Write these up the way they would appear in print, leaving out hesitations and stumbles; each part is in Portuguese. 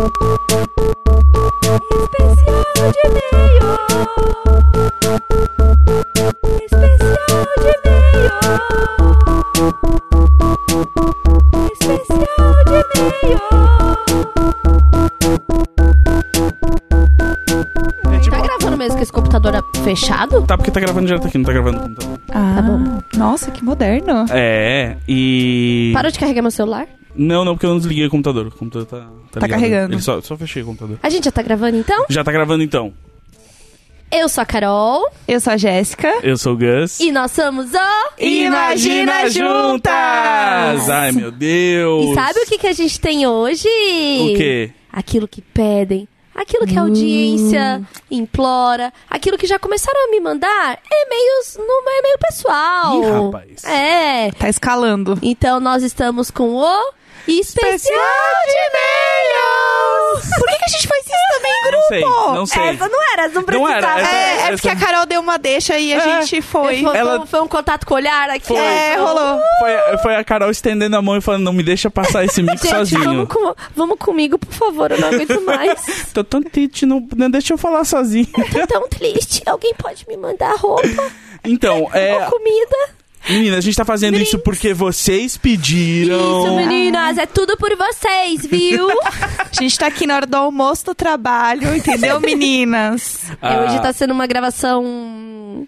Mesmo com esse computador fechado? Tá, porque tá gravando direto aqui, não tá gravando no computador. Ah, tá bom. Nossa, que moderno. E... Parou de carregar meu celular? Não, porque eu não desliguei o computador. O computador tá carregando. Ele só fechei o computador. A gente já tá gravando então? Já tá gravando então. Eu sou a Carol. Eu sou a Jéssica. Eu sou o Gus. E nós somos o... Imagina Juntas! Ai, meu Deus! E sabe o que a gente tem hoje? O quê? Aquilo que pedem. Aquilo que a audiência implora. Aquilo que já começaram a me mandar no e-mail pessoal. Ih, rapaz. É. Tá escalando. Então nós estamos com o... Especial de e-mails! Por que a gente faz isso também em grupo? Não sei. Essa não era, não precisava. Não era. É porque a Carol deu uma deixa e a gente foi. Foi um contato com o olhar aqui. Rolou. Foi a Carol estendendo a mão e falando, não me deixa passar esse mico sozinho. Vamos comigo, por favor, eu não aguento mais. Tô tão triste, não deixa eu falar sozinho. Tô tão triste, alguém pode me mandar roupa? Então, ou comida? Menina, a gente tá fazendo isso porque vocês pediram. Isso, meninas, é tudo por vocês, viu? A gente tá aqui na hora do almoço do trabalho, entendeu, meninas? Hoje tá sendo uma gravação...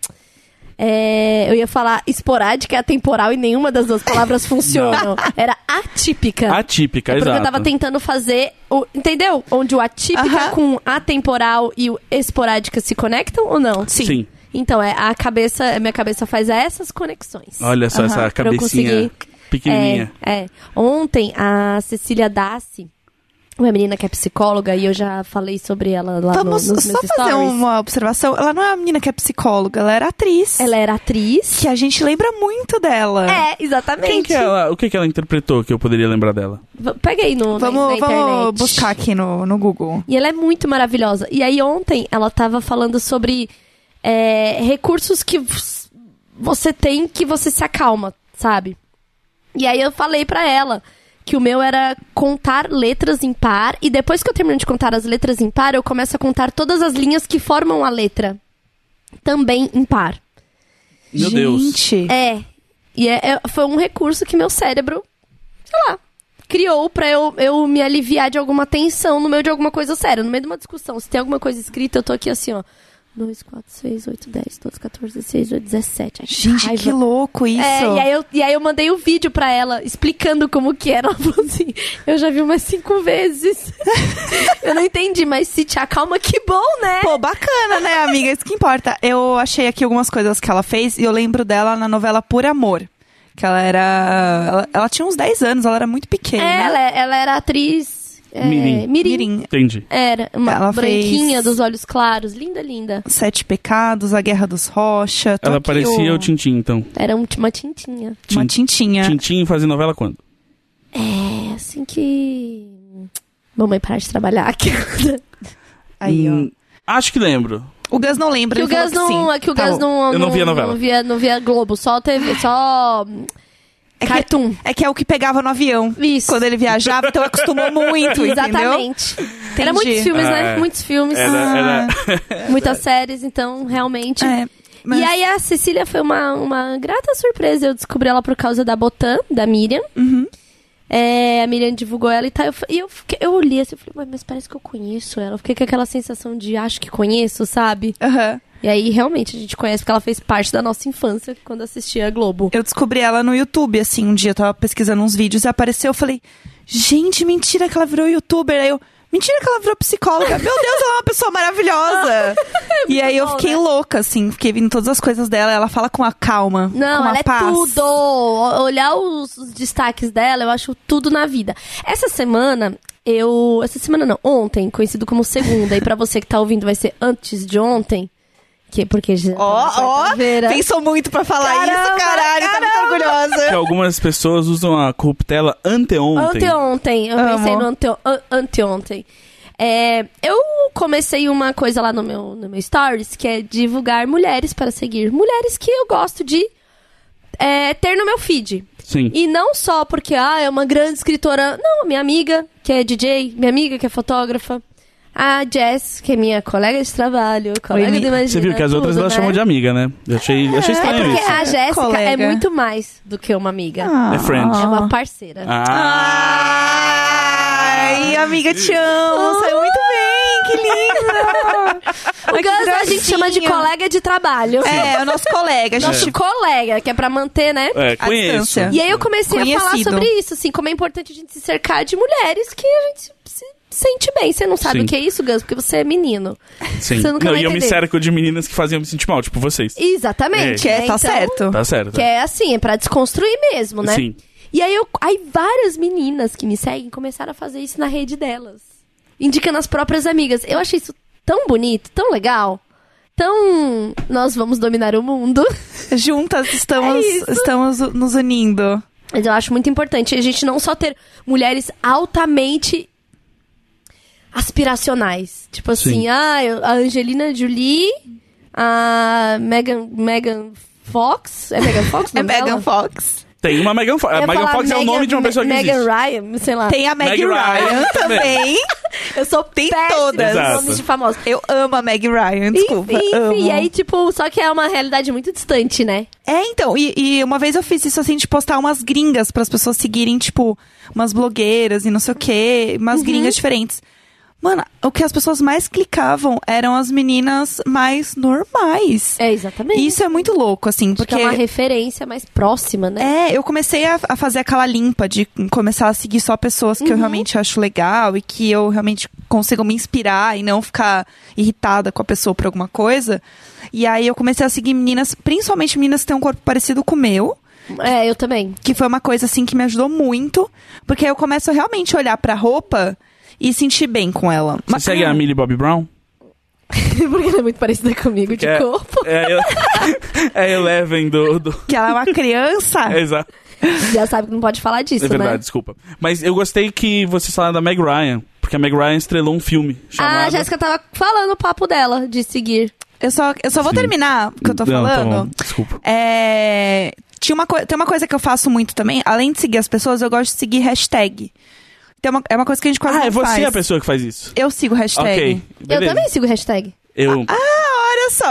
eu ia falar esporádica e atemporal e nenhuma das duas palavras funcionam. Era atípica. Atípica, porque exato. eu tava tentando fazer... entendeu? Onde o atípica com atemporal e o esporádica se conectam ou não? Sim. Então, minha cabeça faz essas conexões. Olha só essa cabecinha pequenininha. Ontem, a Cecília Dassi, uma menina que é psicóloga, e eu já falei sobre ela lá nos meus stories. Vamos só fazer uma observação. Ela não é uma menina que é psicóloga, ela era atriz. Ela era atriz. Que a gente lembra muito dela. Exatamente. Quem que ela, o que ela interpretou que eu poderia lembrar dela? Pega aí na internet. Vamos buscar aqui no Google. E ela é muito maravilhosa. E aí ontem ela tava falando sobre recursos que você tem que você se acalma, sabe? E aí eu falei pra ela que o meu era contar letras em par, e depois que eu termino de contar as letras em par, eu começo a contar todas as linhas que formam a letra também em par. Meu Deus. E foi um recurso que meu cérebro, sei lá, criou pra eu me aliviar de alguma tensão no meio de alguma coisa séria. No meio de uma discussão, se tem alguma coisa escrita, eu tô aqui assim, ó. 2, 4, 6, 8, 10, 12, 14, 16, 18, 17. Ai, gente, raiva. que louco isso. E aí eu mandei o vídeo pra ela, explicando como que era. Ela falou assim, eu já vi umas 5 vezes. Eu não entendi, mas se te acalma, que bom, né? Pô, bacana, né, amiga? Isso que importa. Eu achei aqui algumas coisas que ela fez e eu lembro dela na novela Por Amor. Que ela era... Ela tinha uns 10 anos, ela era muito pequena. Ela era atriz... Mirim. Entendi. Era uma ela branquinha fez dos olhos claros. Linda, linda. 7 Pecados, A Guerra dos Rocha. Ela parecia o Tintim, então. Era uma tintinha. Uma tintinha. Tintim fazia novela quando? Assim que... Mamãe parar de trabalhar aqui. Aí, ó. Acho que lembro. O Gus não lembra. Que o Gus não... Que o Gus não... Eu não via novela. Não via Globo. Só TV. Só... Cartoon. É que é o que pegava no avião. Isso. Quando ele viajava, então acostumou muito, Exatamente. Entendeu? Era muitos filmes, né? Muitos filmes. Muitas séries, então, realmente. Mas... E aí a Cecília foi uma grata surpresa. Eu descobri ela por causa da Botan, da Miriam. Uhum. A Miriam divulgou ela e tal. Eu olhei assim, eu falei, mas parece que eu conheço ela. Eu fiquei com aquela sensação de acho que conheço, sabe? Aham. E aí, realmente, a gente conhece porque ela fez parte da nossa infância quando assistia a Globo. Eu descobri ela no YouTube, assim, um dia eu tava pesquisando uns vídeos e apareceu, eu falei, gente, mentira que ela virou youtuber. Aí eu, mentira que ela virou psicóloga. Meu Deus, ela é uma pessoa maravilhosa. E aí eu fiquei louca, assim, fiquei vendo todas as coisas dela. Ela fala com a calma, não, com a ela paz. É tudo. Olhar os destaques dela, eu acho tudo na vida. Ontem, conhecido como segunda, e pra você que tá ouvindo vai ser antes de ontem, porque já pensou muito pra falar isso, caralho, tá muito orgulhosa. Que algumas pessoas usam a corruptela anteontem. Anteontem, eu pensei no anteontem. Eu comecei uma coisa lá no meu Stories, que é divulgar mulheres para seguir. Mulheres que eu gosto de ter no meu feed. Sim. E não só porque, é uma grande escritora. Não, minha amiga, que é DJ, minha amiga, que é fotógrafa. A Jess, que é minha colega de trabalho, colega do Imagina. Você viu que as outras tudo, elas né? chamam de amiga, né? Eu achei estranho porque isso. a Jéssica é Colega. muito mais do que uma amiga. É friend. É uma parceira. Ai, amiga, te amo. Saiu muito bem, que linda. O Gus a gente chama de colega de trabalho. É o nosso colega. A gente Nosso colega, que é pra manter, né? É, conheço. distância. E aí eu comecei a falar Conhecido. sobre isso, assim, como é importante a gente se cercar de mulheres que a gente se sente bem. Você não sabe Sim. o que é isso, Gus? Porque você é menino. Sim. Você nunca Não, vai e eu me entender. cerco de meninas que faziam me sentir mal, tipo vocês. Exatamente. tá Então, certo. Tá certo. Que é assim, é pra desconstruir mesmo, né? Sim. E aí, várias meninas que me seguem começaram a fazer isso na rede delas. Indicando as próprias amigas. Eu achei isso tão bonito, tão legal. Tão... Nós vamos dominar o mundo. Juntas estamos, É isso. estamos nos unindo. Mas eu acho muito importante a gente não só ter mulheres altamente aspiracionais. Tipo assim, Sim. a Angelina Jolie, a Megan Fox. É Megan Fox o É nome Megan dela? Fox. Tem uma Megan Fox. Eu A ia Megan falar Fox é o nome de uma pessoa que Megan existe. Ryan, sei lá. Tem a Meg Ryan também. Eu sou Tem péssima todas. com Exato. nomes de famosos. Eu amo a Meg Ryan, desculpa. Enfim, amo. e aí, tipo, só que é uma realidade muito distante, né? Então, e uma vez eu fiz isso assim, de postar umas gringas para as pessoas seguirem, tipo, umas blogueiras e não sei o quê, umas gringas diferentes. Mano, o que as pessoas mais clicavam eram as meninas mais normais. É, exatamente. E isso é muito louco, assim, Porque porque... é uma referência mais próxima, né? Eu comecei a fazer aquela limpa de começar a seguir só pessoas que eu realmente acho legal e que eu realmente consigo me inspirar e não ficar irritada com a pessoa por alguma coisa. E aí eu comecei a seguir meninas, principalmente meninas que têm um corpo parecido com o meu. É, eu também. Que foi uma coisa, assim, que me ajudou muito. Porque aí eu começo a realmente olhar pra roupa e sentir bem com ela. Você segue a Millie Bobby Brown? Porque ela é muito parecida comigo de corpo. É Eleven do... Que ela é uma criança. Exato. Já sabe que não pode falar disso, É verdade, né? desculpa. Mas eu gostei que vocês falaram da Meg Ryan, porque a Meg Ryan estrelou um filme chamado... A Jéssica tava falando o papo dela de seguir. Eu só vou Sim. terminar o que eu tô Não, tá falando. bom. Desculpa. Tem uma coisa que eu faço muito também. Além de seguir as pessoas, eu gosto de seguir hashtag. É uma coisa que a gente quase não É você faz. a pessoa que faz isso. Eu sigo hashtag. Ok, beleza. Eu também sigo hashtag. Olha só.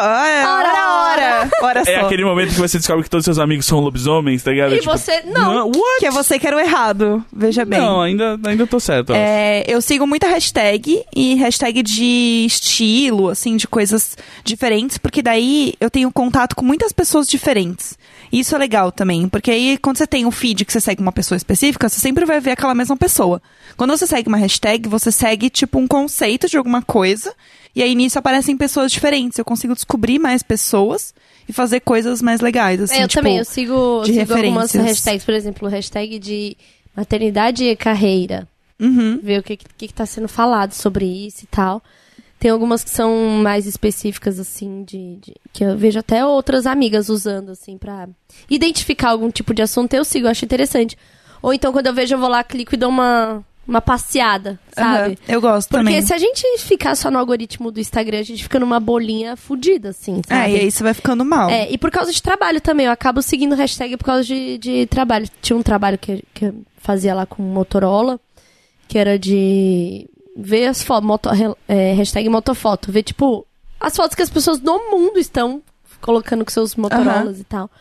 Ora só. É aquele momento que você descobre que todos os seus amigos são lobisomens, tá ligado? E Tipo, você... Não. What? Que é você que era o errado. Veja bem. Não, ainda tô certo. eu acho. Eu sigo muita hashtag e hashtag de estilo, assim, de coisas diferentes, porque daí eu tenho contato com muitas pessoas diferentes. E isso é legal também, porque aí quando você tem um feed que você segue uma pessoa específica, você sempre vai ver aquela mesma pessoa. Quando você segue uma hashtag, você segue, tipo, um conceito de alguma coisa, e aí nisso aparecem pessoas diferentes. Eu consigo descobrir mais pessoas e fazer coisas mais legais, assim, Eu tipo... também, eu sigo algumas referências. hashtags, por exemplo, hashtag de maternidade e carreira. Ver o que tá sendo falado sobre isso e tal. Tem algumas que são mais específicas, assim, que eu vejo até outras amigas usando, assim, pra identificar algum tipo de assunto. Eu sigo, eu acho interessante. Ou então, quando eu vejo, eu vou lá, clico e dou uma passeada, sabe? Eu gosto Porque também. se a gente ficar só no algoritmo do Instagram, a gente fica numa bolinha fodida, assim, sabe? E aí você vai ficando mal. E por causa de trabalho também. Eu acabo seguindo hashtag por causa de trabalho. Tinha um trabalho que eu fazia lá com Motorola, que era de ver as fotos, hashtag motofoto. Ver, tipo, as fotos que as pessoas do mundo estão colocando com seus Motorolas e tal.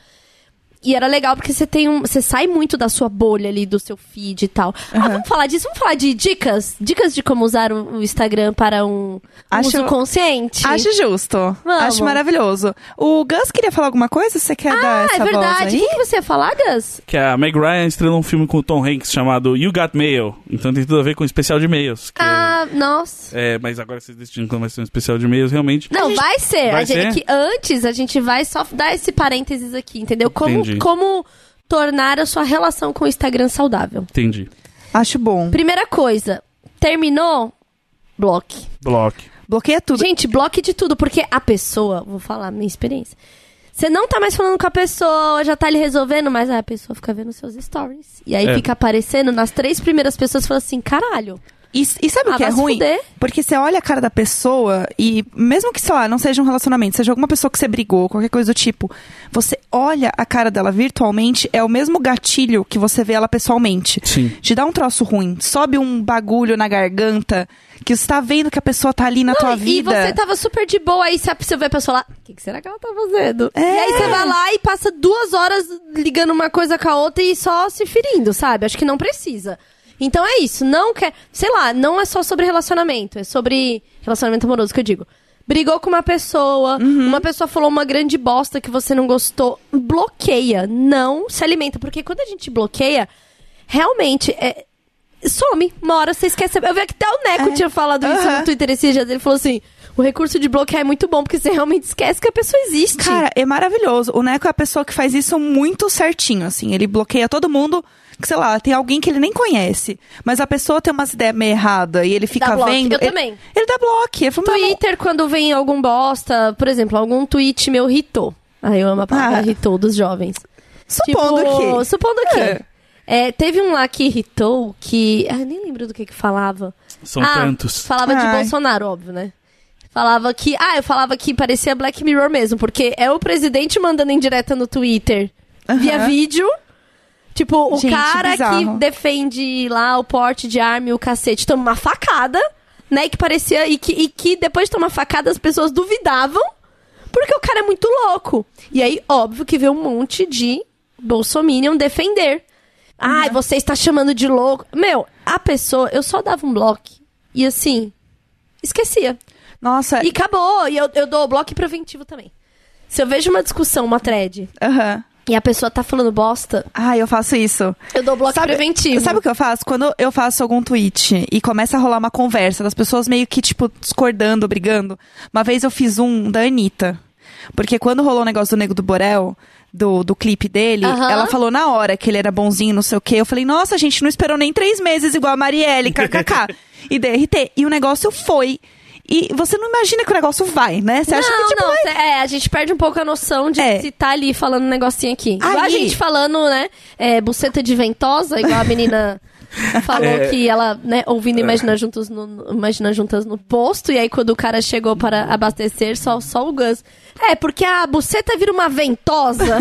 E era legal porque você sai muito da sua bolha ali, do seu feed e tal. Vamos falar disso? Vamos falar de dicas? Dicas de como usar o Instagram para um uso consciente? Acho justo. Vamos. Acho maravilhoso. O Gus queria falar alguma coisa? Você quer dar essa é verdade. voz O aí? que você ia falar, Gus? Que a Meg Ryan estrelou um filme com o Tom Hanks chamado You Got Mail. Então tem tudo a ver com o especial de e-mails. Que Nossa. mas agora vocês decidiram quando vai ser um especial de e-mails, realmente. Não, vai ser. Vai ser? Que antes a gente vai só dar esse parênteses aqui, entendeu? Entendi. Como tornar a sua relação com o Instagram saudável. Entendi. Acho bom. Primeira coisa, terminou? Bloque. Bloqueia tudo. Gente, bloque de tudo, porque a pessoa, vou falar a minha experiência, você não tá mais falando com a pessoa, já tá ali resolvendo, mas a pessoa fica vendo seus stories. E aí fica aparecendo nas 3 primeiras pessoas e fala assim, caralho, E sabe o que é vai se ruim? fuder. Porque você olha a cara da pessoa e mesmo que, sei lá, não seja um relacionamento, seja alguma pessoa que você brigou, qualquer coisa do tipo, você olha a cara dela virtualmente, é o mesmo gatilho que você vê ela pessoalmente. Sim. Te dá um troço ruim, sobe um bagulho na garganta, que você tá vendo que a pessoa tá ali na tua vida. E você tava super de boa, aí você vê a pessoa lá, o que será que ela tá fazendo? É. E aí você vai lá e passa 2 horas ligando uma coisa com a outra e só se ferindo, sabe? Acho que não precisa. Então é isso, não quer... Sei lá, não é só sobre relacionamento, é sobre relacionamento amoroso que eu digo. Brigou com uma pessoa, uma pessoa falou uma grande bosta que você não gostou, bloqueia, não se alimenta. Porque quando a gente bloqueia, realmente, some. Uma hora você esquece. Eu vi que até o Neco tinha falado isso no Twitter esses dias, ele falou assim... O recurso de bloquear é muito bom, porque você realmente esquece que a pessoa existe. Cara, é maravilhoso. O Neco é a pessoa que faz isso muito certinho, assim. Ele bloqueia todo mundo, que sei lá, tem alguém que ele nem conhece. Mas a pessoa tem umas ideias meio erradas e ele fica vendo... Eu também. Ele dá bloco. Ele fala, Twitter, quando vem algum bosta, por exemplo, algum tweet meu irritou. Aí eu amo a palavra irritou dos jovens. Supondo que... teve um lá que irritou, que... eu nem lembro do que falava. São tantos. Falava de Bolsonaro, óbvio, né? Eu falava que parecia Black Mirror mesmo, porque é o presidente mandando indireta no Twitter via vídeo. Tipo, o cara bizarro. que defende lá o porte de arma e o cacete toma uma facada, né? Que parecia. E que depois de tomar facada as pessoas duvidavam, porque o cara é muito louco. E aí, óbvio que veio um monte de bolsominion defender. Você está chamando de louco. Meu, a pessoa, eu só dava um bloco e assim, esquecia. Nossa. E acabou. E eu dou o bloco preventivo também. Se eu vejo uma discussão, uma thread, e a pessoa tá falando bosta... eu faço isso. Eu dou bloco preventivo. Sabe o que eu faço? Quando eu faço algum tweet e começa a rolar uma conversa das pessoas meio que, tipo, discordando, brigando. Uma vez eu fiz um da Anitta. Porque quando rolou o negócio do Nego do Borel... Do clipe dele, ela falou na hora que ele era bonzinho, não sei o quê. Eu falei, nossa, a gente não esperou nem 3 meses igual a Marielle, kkk. E DRT. E o negócio foi. E você não imagina que o negócio vai, né? Você acha que, tipo, a gente perde um pouco a noção de se tá ali falando um neguinho aqui. Igual a gente falando, né, buceta de ventosa, igual a menina... Falou que ela, né, ouvindo Imagina Juntas no posto, e aí quando o cara chegou para abastecer, só o Gus. Porque a buceta vira uma ventosa.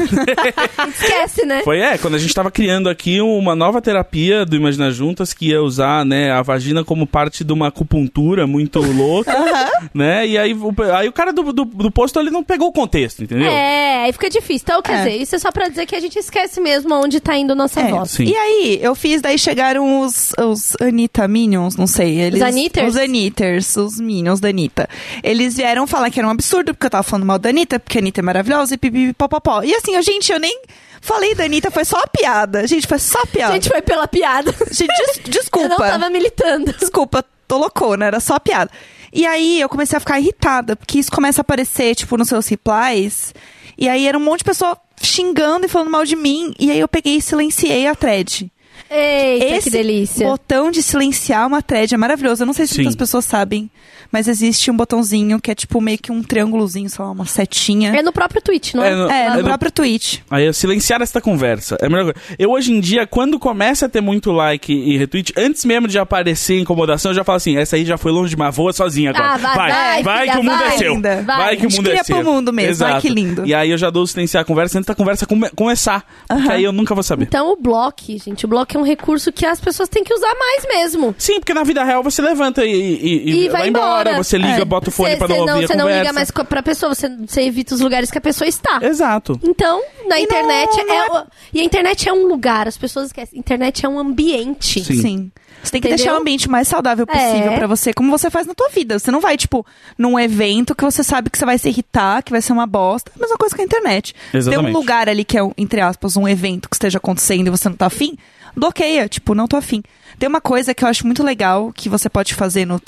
Esquece, né? Quando a gente tava criando aqui uma nova terapia do Imagina Juntas, que ia usar, né, a vagina como parte de uma acupuntura muito louca, né? E aí o cara do posto, ele não pegou o contexto, entendeu? Aí fica difícil. Então, quer dizer, isso é só pra dizer que a gente esquece mesmo onde tá indo nossa voz. Sim. E aí, eu fiz, daí chegaram os Anitta Minions, não sei. Os Anitters, os Minions da Anitta. Eles vieram falar que era um absurdo, porque eu tava falando mal da Anitta, porque a Anitta é maravilhosa e pipipipopopó. E assim, eu nem falei da Anitta, foi só a piada. Gente, foi só a piada. Gente, foi pela piada. Gente, desculpa. Eu não tava militando. Desculpa, tô loucona, era só a piada. E aí, eu comecei a ficar irritada, porque isso começa a aparecer, tipo, nos seus replies. E aí, era um monte de pessoa xingando e falando mal de mim. E aí, eu peguei e silenciei a thread. Eita, que delícia. Esse botão de silenciar uma thread é maravilhoso. Eu não sei se muitas pessoas sabem, mas existe um botãozinho que é tipo meio que um triângulozinho, sei lá, uma setinha. É no próprio tweet, não é? No próprio tweet. Aí, silenciar esta conversa. É a melhor coisa. Eu, hoje em dia, quando começa a ter muito like e retweet, antes mesmo de aparecer incomodação, eu já falo assim, essa aí já foi longe demais, voa sozinha agora. Vai que o mundo é seu. Vai que o mundo é seu. Cria pro mundo mesmo, Exato. Ai, que lindo. E aí eu já dou silenciar a conversa antes da conversa começar. Porque aí eu nunca vou saber. Então o bloco, gente, o bloco é um recurso que as pessoas têm que usar mais mesmo. Sim, porque na vida real você levanta e vai embora. Você liga, bota o fone pra não ouvir a conversa. Você não liga mais pra pessoa, você evita os lugares que a pessoa está. Exato. Então, na internet E a internet é um lugar, as pessoas esquecem. Internet é um ambiente. Sim. Você tem que deixar o ambiente mais saudável possível pra você, como você faz na tua vida. Você não vai, tipo, num evento que você sabe que você vai se irritar, que vai ser uma bosta. É a mesma coisa que a internet. Exatamente. Tem um lugar ali que é, entre aspas, um evento que esteja acontecendo e você não tá afim, bloqueia, tipo, não tô afim. Tem uma coisa que eu acho muito legal que você pode fazer no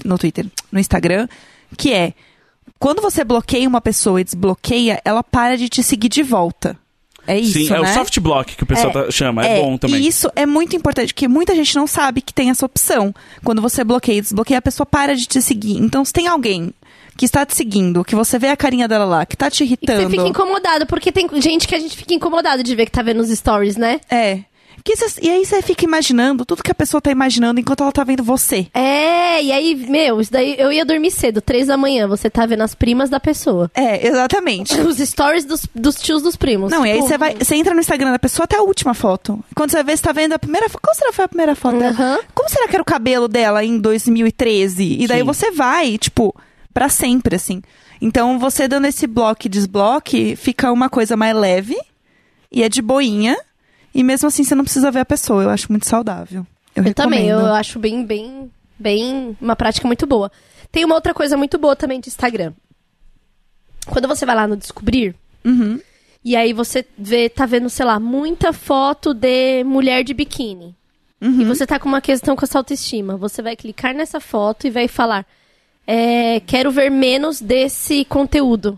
Instagram, que é, quando você bloqueia uma pessoa e desbloqueia, ela para de te seguir de volta. É isso, Sim, né? o soft block que o pessoal chama, é bom também. E isso é muito importante, porque muita gente não sabe que tem essa opção. Quando você bloqueia e desbloqueia, a pessoa para de te seguir. Então, se tem alguém que está te seguindo, que você vê a carinha dela lá, que tá te irritando... E que você fica incomodado, porque tem gente que a gente fica incomodado de ver que tá vendo os stories, né? E aí você fica imaginando tudo que a pessoa tá imaginando enquanto ela tá vendo você. E aí, isso daí eu ia dormir cedo, 3 da manhã, você tá vendo as primas da pessoa. Exatamente. Os stories dos tios dos primos. Não, e aí você entra no Instagram da pessoa até a última foto. E quando você vê, você tá vendo a primeira foto. Qual será que foi a primeira foto dela? Como será que era o cabelo dela em 2013? E daí você vai, tipo, pra sempre, assim. Então, você dando esse bloque e desbloque, fica uma coisa mais leve e é de boinha. E mesmo assim, você não precisa ver a pessoa. Eu acho muito saudável. Eu também, eu acho bem uma prática muito boa. Tem uma outra coisa muito boa também de Instagram. Quando você vai lá no Descobrir, e aí você tá vendo, sei lá, muita foto de mulher de biquíni. E você tá com uma questão com a sua autoestima. Você vai clicar nessa foto e vai falar, quero ver menos desse conteúdo.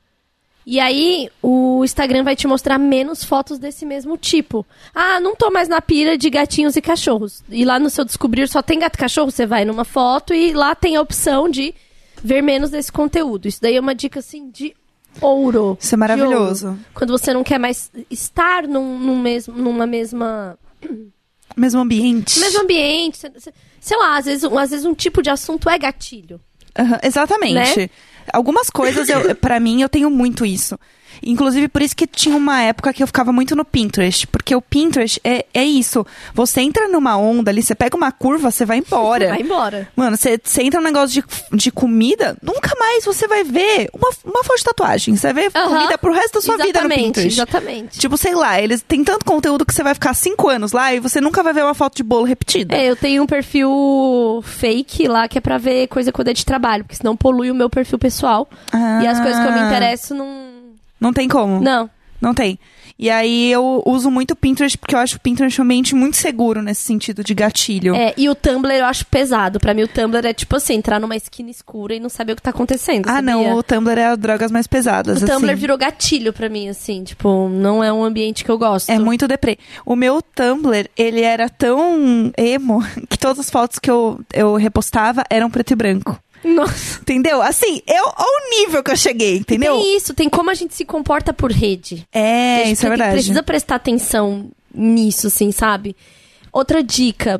E aí, o Instagram vai te mostrar menos fotos desse mesmo tipo. Não tô mais na pira de gatinhos e cachorros. E lá no seu Descobrir só tem gato e cachorro, você vai numa foto e lá tem a opção de ver menos desse conteúdo. Isso daí é uma dica, assim, de ouro. Isso é maravilhoso. Quando você não quer mais estar numa mesma... Mesmo ambiente. Mesmo ambiente. Sei lá, às vezes um tipo de assunto é gatilho. Exatamente. Né? Algumas coisas, pra mim, eu tenho muito isso. Inclusive, por isso que tinha uma época que eu ficava muito no Pinterest. Porque o Pinterest é isso. Você entra numa onda ali, você pega uma curva, você vai embora. Vai embora. Mano, você entra num negócio de comida, nunca mais você vai ver uma foto de tatuagem. Você vai ver comida pro resto da sua vida no Pinterest. Exatamente. Tipo, sei lá, eles têm tanto conteúdo que você vai ficar 5 anos lá e você nunca vai ver uma foto de bolo repetida. Eu tenho um perfil fake lá que é pra ver coisa quando é de trabalho, porque senão polui o meu perfil pessoal. E as coisas que eu me interesso não tem como. Não tem. E aí eu uso muito o Pinterest porque eu acho o Pinterest um ambiente muito seguro nesse sentido de gatilho. E o Tumblr eu acho pesado. Pra mim o Tumblr é tipo assim, entrar numa esquina escura e não saber o que tá acontecendo. Sabia? Não, o Tumblr é as drogas mais pesadas. O Tumblr virou gatilho pra mim, assim, tipo, não é um ambiente que eu gosto. É muito deprê. O meu Tumblr, ele era tão emo que todas as fotos que eu repostava eram preto e branco. Nossa. Entendeu? Assim, olha o nível que eu cheguei, entendeu? Tem isso, tem como a gente se comporta por rede. Isso é verdade. Precisa prestar atenção nisso, assim, sabe? Outra dica,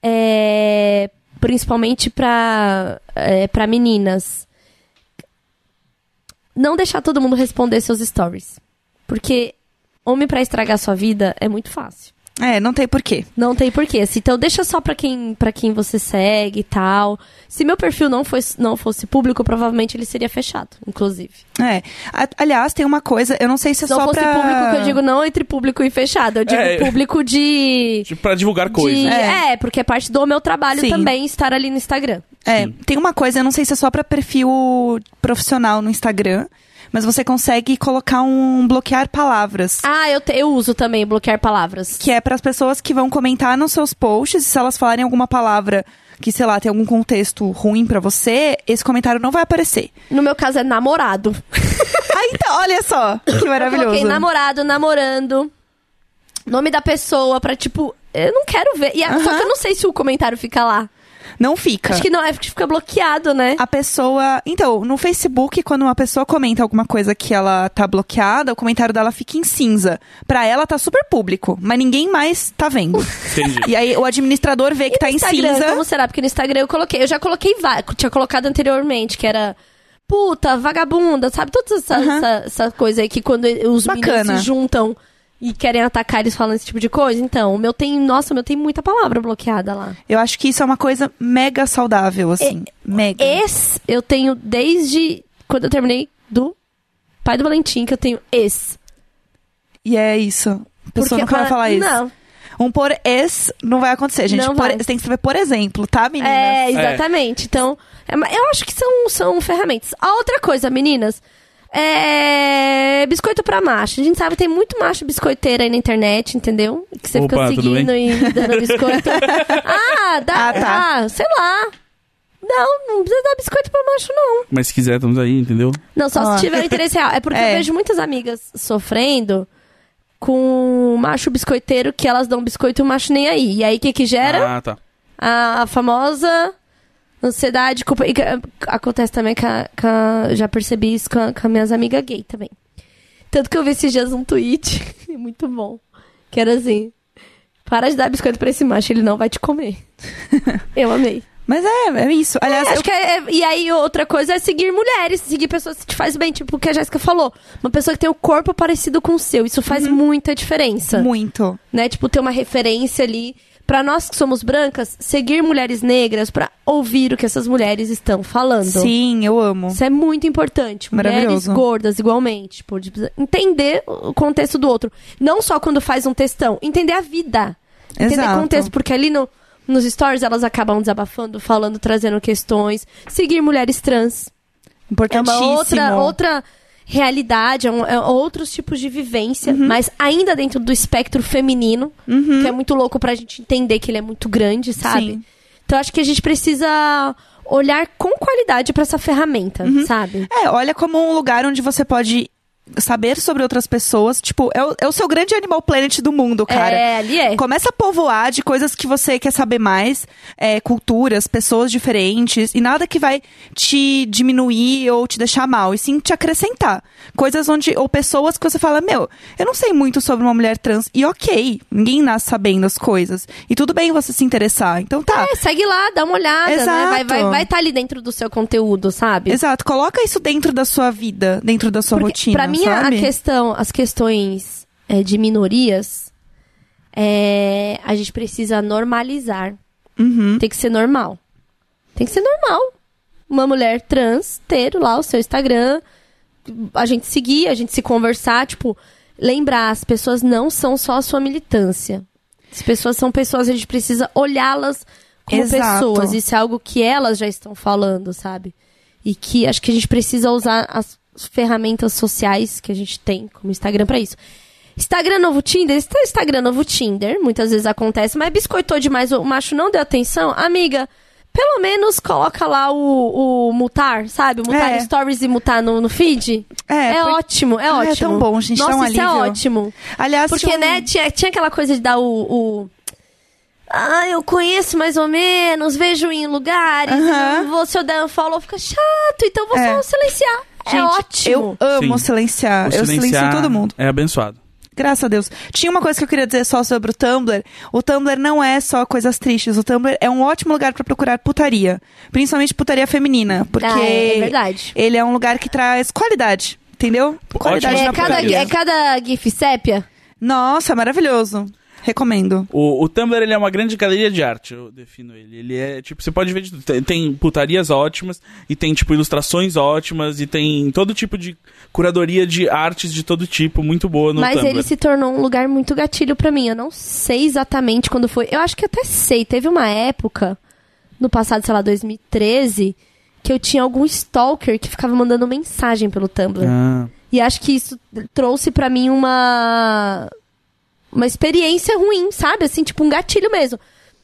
principalmente pra meninas. Não deixar todo mundo responder seus stories. Porque homem pra estragar sua vida é muito fácil. Não tem porquê. Não tem porquê. Assim, então deixa só pra quem você segue e tal. Se meu perfil não fosse público, provavelmente ele seria fechado, inclusive. Aliás, tem uma coisa, eu não sei se é só pra... Se não fosse público, que eu digo não entre público e fechado. Eu digo público de... Pra divulgar coisas. Porque é parte do meu trabalho também estar ali no Instagram. Tem uma coisa, eu não sei se é só pra perfil profissional no Instagram, mas você consegue colocar um bloquear palavras. Eu uso também bloquear palavras. Que é para as pessoas que vão comentar nos seus posts, e se elas falarem alguma palavra que, sei lá, tem algum contexto ruim pra você, esse comentário não vai aparecer. No meu caso é namorado. Então, olha só, que maravilhoso. Eu coloquei namorado, namorando, nome da pessoa pra, tipo, eu não quero ver. Só que eu não sei se o comentário fica lá. Não fica. Acho que não, fica bloqueado, né? A pessoa... Então, no Facebook, quando uma pessoa comenta alguma coisa que ela tá bloqueada, o comentário dela fica em cinza. Pra ela tá super público, mas ninguém mais tá vendo. Entendi. E aí o administrador vê que tá em cinza. Como será? Porque no Instagram eu já coloquei tinha colocado anteriormente, que era puta, vagabunda, sabe? Toda essa coisa aí que quando os meninos se juntam e querem atacar, eles falam esse tipo de coisa. Então, o meu tem muita palavra bloqueada lá. Eu acho que isso é uma coisa mega saudável, assim. Mega. Eu tenho desde quando eu terminei do Pai do Valentim, que eu tenho E é isso. A pessoa nunca vai falar isso. Não. Por não vai acontecer, gente. Você tem que escrever por exemplo, tá, meninas? Exatamente. Então, eu acho que são ferramentas. A outra coisa, meninas... biscoito pra macho. A gente sabe que tem muito macho biscoiteiro aí na internet, entendeu? Que você fica seguindo e dando biscoito. Sei lá. Não precisa dar biscoito pra macho, não. Mas se quiser, estamos aí, entendeu? Não, só se tiver interesse real. É porque eu vejo muitas amigas sofrendo com macho biscoiteiro, que elas dão biscoito e o macho nem aí. E aí, o que gera? Tá. A famosa... ansiedade, culpa. E acontece também já percebi isso com minhas amigas gay também. Tanto que eu vi esses dias um tweet, muito bom, que era assim, Para de dar biscoito pra esse macho, ele não vai te comer. Eu amei. Mas é isso. Aliás, acho que e aí, outra coisa é seguir mulheres, seguir pessoas que te faz bem, tipo o que a Jéssica falou. Uma pessoa que tem o corpo parecido com o seu. Isso faz muita diferença. Muito. Né? Tipo, ter uma referência ali. Pra nós que somos brancas, seguir mulheres negras pra ouvir o que essas mulheres estão falando. Sim, eu amo. Isso é muito importante. Mulheres gordas, igualmente. Tipo, entender o contexto do outro. Não só quando faz um textão. Entender a vida. Entender o contexto. Porque ali nos stories elas acabam desabafando, falando, trazendo questões. Seguir mulheres trans. Importantíssimo. É uma outra realidade, é outros tipos de vivência, mas ainda dentro do espectro feminino, que é muito louco pra gente entender que ele é muito grande, sabe? Sim. Então acho que a gente precisa olhar com qualidade pra essa ferramenta, sabe? Olha como um lugar onde você pode saber sobre outras pessoas, tipo, é o seu grande Animal Planet do mundo, cara. Ali é. Começa a povoar de coisas que você quer saber mais, culturas, pessoas diferentes, e nada que vai te diminuir ou te deixar mal, e sim te acrescentar. Coisas ou pessoas que você fala, eu não sei muito sobre uma mulher trans, e ok, ninguém nasce sabendo as coisas. E tudo bem você se interessar, então tá. Segue lá, dá uma olhada, exato, né? Vai estar ali dentro do seu conteúdo, sabe? Exato, coloca isso dentro da sua vida, dentro da sua rotina. Pra mim, as questões de minorias, a gente precisa normalizar. Tem que ser normal. Tem que ser normal. Uma mulher trans ter lá o seu Instagram, a gente seguir, a gente se conversar, tipo, lembrar, as pessoas não são só a sua militância. As pessoas são pessoas, a gente precisa olhá-las como pessoas. Isso é algo que elas já estão falando, sabe? E que acho que a gente precisa usar as ferramentas sociais que a gente tem, como Instagram, pra isso. Instagram novo Tinder? Instagram novo Tinder, muitas vezes acontece, mas biscoitou demais, o macho não deu atenção. Amiga, pelo menos coloca lá o mutar, sabe? O mutar stories e mutar no feed. Ótimo, é ótimo. É tão bom, gente. Nossa, tá um isso alívio. é ótimo. Aliás, porque, né, tinha aquela coisa de dar eu conheço mais ou menos, vejo em lugares, se eu der um follow, fica chato, então vou só silenciar. Gente, é ótimo. Eu amo silenciar. Eu silencio todo mundo. É abençoado. Graças a Deus. Tinha uma coisa que eu queria dizer só sobre o Tumblr. O Tumblr não é só coisas tristes. O Tumblr é um ótimo lugar pra procurar putaria. Principalmente putaria feminina. Porque é verdade. Ele é um lugar que traz qualidade. Entendeu? Qualidade na putaria. É cada gif sépia? Nossa, maravilhoso. Recomendo. O Tumblr, ele é uma grande galeria de arte, eu defino ele. Ele é, tipo, você pode ver de tudo. Tem putarias ótimas, e tem, tipo, ilustrações ótimas, e tem todo tipo de curadoria de artes de todo tipo, muito boa no Tumblr. Mas ele se tornou um lugar muito gatilho pra mim. Eu não sei exatamente quando foi. Eu acho que até sei. Teve uma época, no passado, sei lá, 2013, que eu tinha algum stalker que ficava mandando mensagem pelo Tumblr. E acho que isso trouxe pra mim uma experiência ruim, sabe? Assim, tipo um gatilho mesmo.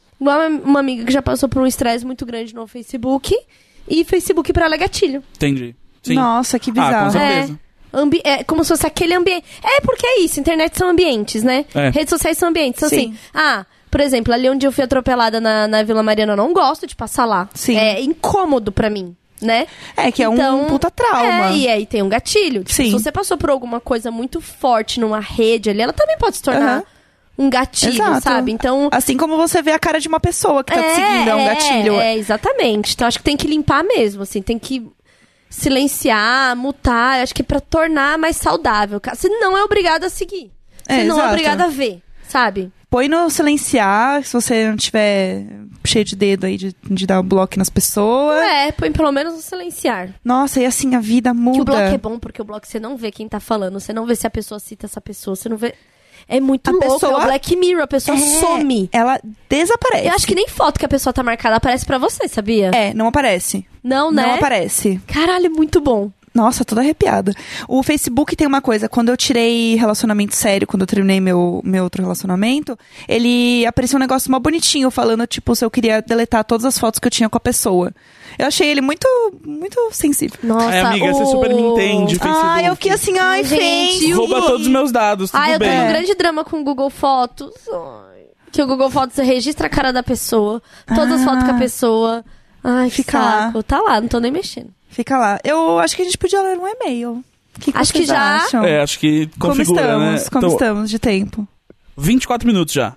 Uma amiga que já passou por um estresse muito grande no Facebook, e Facebook pra ela é gatilho. Entendi. Sim. Nossa, que bizarro. Com certeza. É como se fosse aquele ambiente. Porque é isso, internet são ambientes, né? Redes sociais são ambientes. Então, assim, por exemplo, ali onde eu fui atropelada na Vila Mariana, eu não gosto de passar lá. Sim. É incômodo pra mim, né? Que é um puta trauma. E aí tem um gatilho. Tipo, se você passou por alguma coisa muito forte numa rede ali, ela também pode se tornar um gatilho, sabe? Então, assim como você vê a cara de uma pessoa que tá te seguindo, é um gatilho. Exatamente. Então, acho que tem que limpar mesmo, assim, tem que silenciar, mutar, acho que pra tornar mais saudável. Você não é obrigado a seguir. Você não é obrigado a ver, sabe? Põe no silenciar, se você não tiver cheio de dedo aí de dar o bloco nas pessoas. Põe pelo menos no silenciar. Nossa, e assim a vida muda. Que o bloco é bom, porque o bloco você não vê quem tá falando, você não vê se a pessoa cita essa pessoa, você não vê... É muito louco, é o Black Mirror, a pessoa some. Ela desaparece. Eu acho que nem foto que a pessoa tá marcada aparece pra você, sabia? Não aparece. Não, né? Não aparece. Caralho, é muito bom. Nossa, toda arrepiada. O Facebook tem uma coisa, quando eu tirei relacionamento sério, quando eu terminei meu outro relacionamento, ele apareceu um negócio mó bonitinho, falando, tipo, se eu queria deletar todas as fotos que eu tinha com a pessoa. Eu achei ele muito, muito sensível. Nossa, amiga, você super me entende, Facebook. Eu fiquei assim, gente. Rouba todos os meus dados, tudo bem. Eu tenho um grande drama com o Google Fotos. Que o Google Fotos registra a cara da pessoa, todas as fotos com a pessoa. Ai, fica saco. Lá. Tá lá, não tô nem mexendo. Fica lá. Eu acho que a gente podia ler um e-mail. Acho que já. Acham? Acho que configura, como estamos de tempo? 24 minutos já.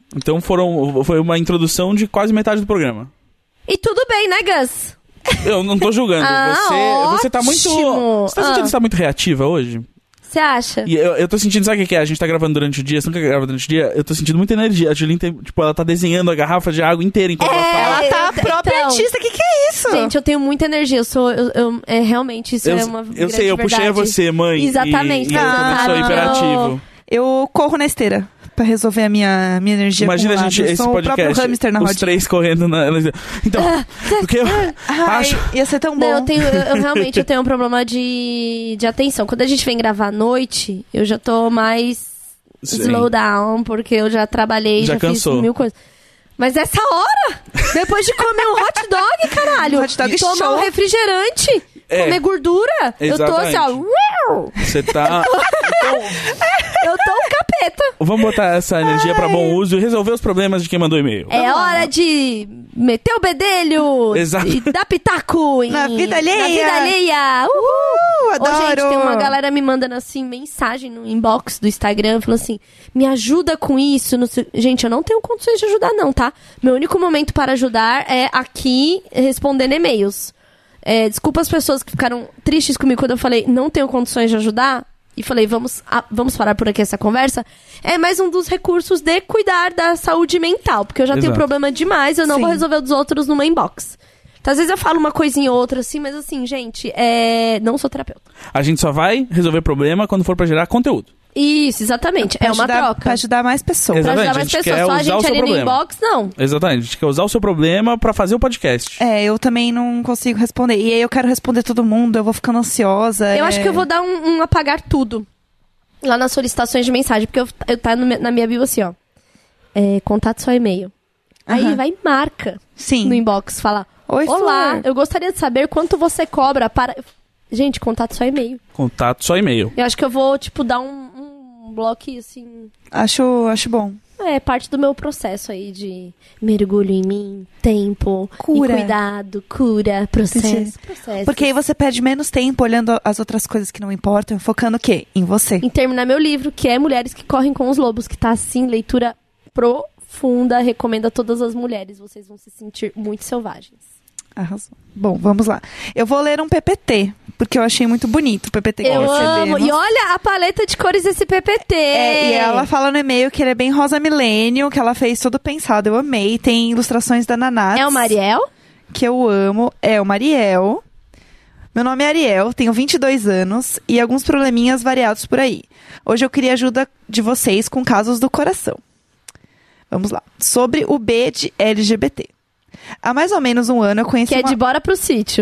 Então foi uma introdução de quase metade do programa. E tudo bem, né, Gus? Eu não tô julgando. Você tá muito... Você tá sentindo que você tá muito reativa hoje? Você acha? E eu tô sentindo, sabe o que é? A gente tá gravando durante o dia, você nunca grava durante o dia, eu tô sentindo muita energia. A Juline tem, tipo, ela tá desenhando a garrafa de água inteira enquanto ela fala. Ela tá a própria artista, que é isso? Gente, eu tenho muita energia, realmente, isso é uma Eu sei, eu puxei a você, mãe. Exatamente. E eu também sou hiperativo. Eu corro na esteira pra resolver a minha energia. Imagina acumulada. a gente, esse podcast, os três correndo na... Então, o que eu acho... Ia ser tão bom. Não, eu realmente tenho um problema de atenção. Quando a gente vem gravar à noite, eu já tô mais slow down, porque eu já trabalhei, já fiz mil coisas. Mas essa hora, depois de comer um hot dog, caralho, hot dog tomar um refrigerante, comer gordura, exatamente. Eu tô assim, ó... Você tá... Eu tô um capeta. Vamos botar essa energia pra bom uso e resolver os problemas de quem mandou e-mail. É hora de meter o bedelho. Exato. E dar pitaco na vida alheia. Na vida alheia. Uhul. Adoro. Ô, gente, tem uma galera me mandando assim mensagem no inbox do Instagram, falando assim, me ajuda com isso. Gente, eu não tenho condições de ajudar não, tá? Meu único momento para ajudar é aqui respondendo e-mails. Desculpa as pessoas que ficaram tristes comigo quando eu falei não tenho condições de ajudar. E falei, vamos parar por aqui essa conversa. É mais um dos recursos de cuidar da saúde mental. Porque eu já tenho problema demais, eu não vou resolver o dos outros numa inbox. Então, às vezes eu falo uma coisinha ou outra assim, mas assim, gente, não sou terapeuta. A gente só vai resolver problema quando for pra gerar conteúdo. Isso, exatamente. É uma troca. Pra ajudar mais pessoas. Exatamente. Pra ajudar mais pessoas. Só a gente ali no inbox, não. Exatamente. A gente quer usar o seu problema pra fazer o podcast. Eu também não consigo responder. E aí eu quero responder todo mundo, eu vou ficando ansiosa. Eu acho que eu vou dar um apagar tudo. Lá nas solicitações de mensagem. Porque eu tá na minha bio assim, ó. Contato só e-mail. Aí vai e marca. Sim. No inbox. Fala, oi, olá, Flor. eu gostaria de saber quanto você cobra para... Gente, contato só e-mail. Contato só e-mail. Eu acho que eu vou, tipo, dar um bloco assim... Acho bom. É parte do meu processo aí de mergulho em mim, tempo, cura. E cuidado, cura, processo. Porque aí você perde menos tempo olhando as outras coisas que não importam, focando o quê? Em você. Em terminar meu livro, que é Mulheres que Correm com os Lobos, que tá assim, leitura profunda, recomendo a todas as mulheres, vocês vão se sentir muito selvagens. Arrasou. Bom, vamos lá. Eu vou ler um PPT, porque eu achei muito bonito o PPT que eu amo. E olha a paleta de cores desse PPT. E ela fala no e-mail que ele é bem rosa millennium, que ela fez tudo pensado. Eu amei. Tem ilustrações da Nanatsu. É o Mariel? Que eu amo. É o Mariel. Meu nome é Ariel, tenho 22 anos e alguns probleminhas variados por aí. Hoje eu queria ajuda de vocês com casos do coração. Vamos lá. Sobre o B de LGBT. Há mais ou menos um ano eu conheci Que é de bora pro sítio.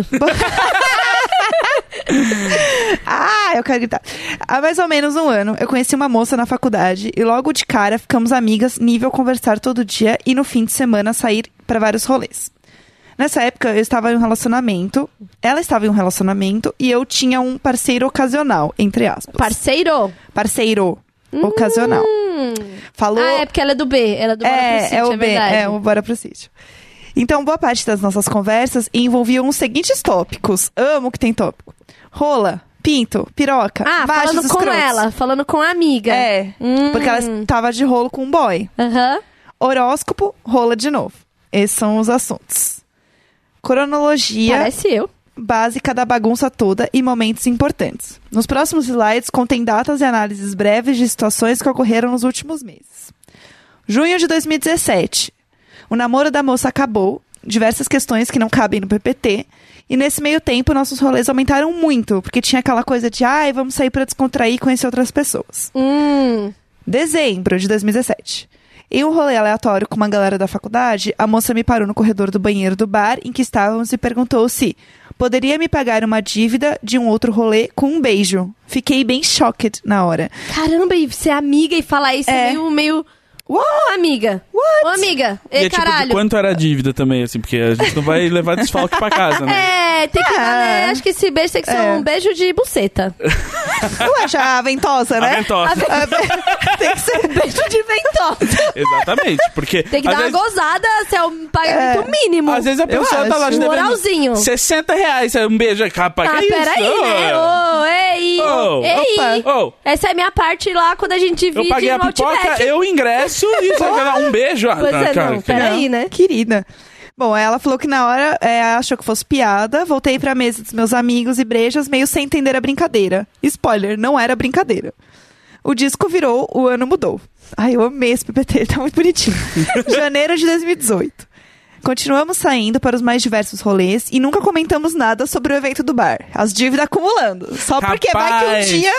Eu quero gritar. Há mais ou menos um ano eu conheci uma moça na faculdade e logo de cara ficamos amigas, nível conversar todo dia e no fim de semana sair para vários rolês. Nessa época eu estava em um relacionamento, ela estava em um relacionamento e eu tinha um parceiro ocasional, entre aspas. Parceiro ocasional. Falou... é porque ela é do B, ela é do Bora pro Sítio, é o B, verdade. É o Bora pro Sítio. Então, boa parte das nossas conversas envolviam os seguintes tópicos. Amo que tem tópico. Rola, pinto, piroca, machos falando escrotos. com ela, falando com a amiga. Porque ela estava de rolo com um boy. Horóscopo, rola de novo. Esses são os assuntos. Cronologia... Parece eu. Básica da bagunça toda e momentos importantes. Nos próximos slides contém datas e análises breves de situações que ocorreram nos últimos meses. Junho de 2017. O namoro da moça acabou, diversas questões que não cabem no PPT, e nesse meio tempo nossos rolês aumentaram muito, porque tinha aquela coisa de, vamos sair pra descontrair e conhecer outras pessoas. Dezembro de 2017. Em um rolê aleatório com uma galera da faculdade, a moça me parou no corredor do banheiro do bar em que estávamos e perguntou se poderia me pagar uma dívida de um outro rolê com um beijo. Fiquei bem choqued na hora. Caramba, e ser amiga e falar isso é meio... amiga. What? Ô, amiga. E caralho. Tipo, de quanto era a dívida também, assim, porque a gente não vai levar desfalque pra casa, né? tem que valer. Acho que esse beijo tem que ser um beijo de buceta. Ué, já ventosa, né? Ventosa. Tem que ser beijo de ventosa. Exatamente, porque... Tem que dar uma gozada, se é um pagamento mínimo. Às vezes a pessoa tá lá um moralzinho. R$60, um beijo. Rapaz, que isso? Peraí, né? Ei! Essa é a minha parte lá, quando a gente divide eu paguei a pipoca, eu ingresso e você vai dar um beijo. Peraí, né? Querida. Bom, ela falou que na hora achou que fosse piada. Voltei pra mesa dos meus amigos e brejas, meio sem entender a brincadeira. Spoiler, não era brincadeira. O disco virou, o ano mudou. Ai, eu amei esse PPT, tá muito bonitinho. Janeiro de 2018. Continuamos saindo para os mais diversos rolês e nunca comentamos nada sobre o evento do bar. As dívidas acumulando. Só porque vai que um dia...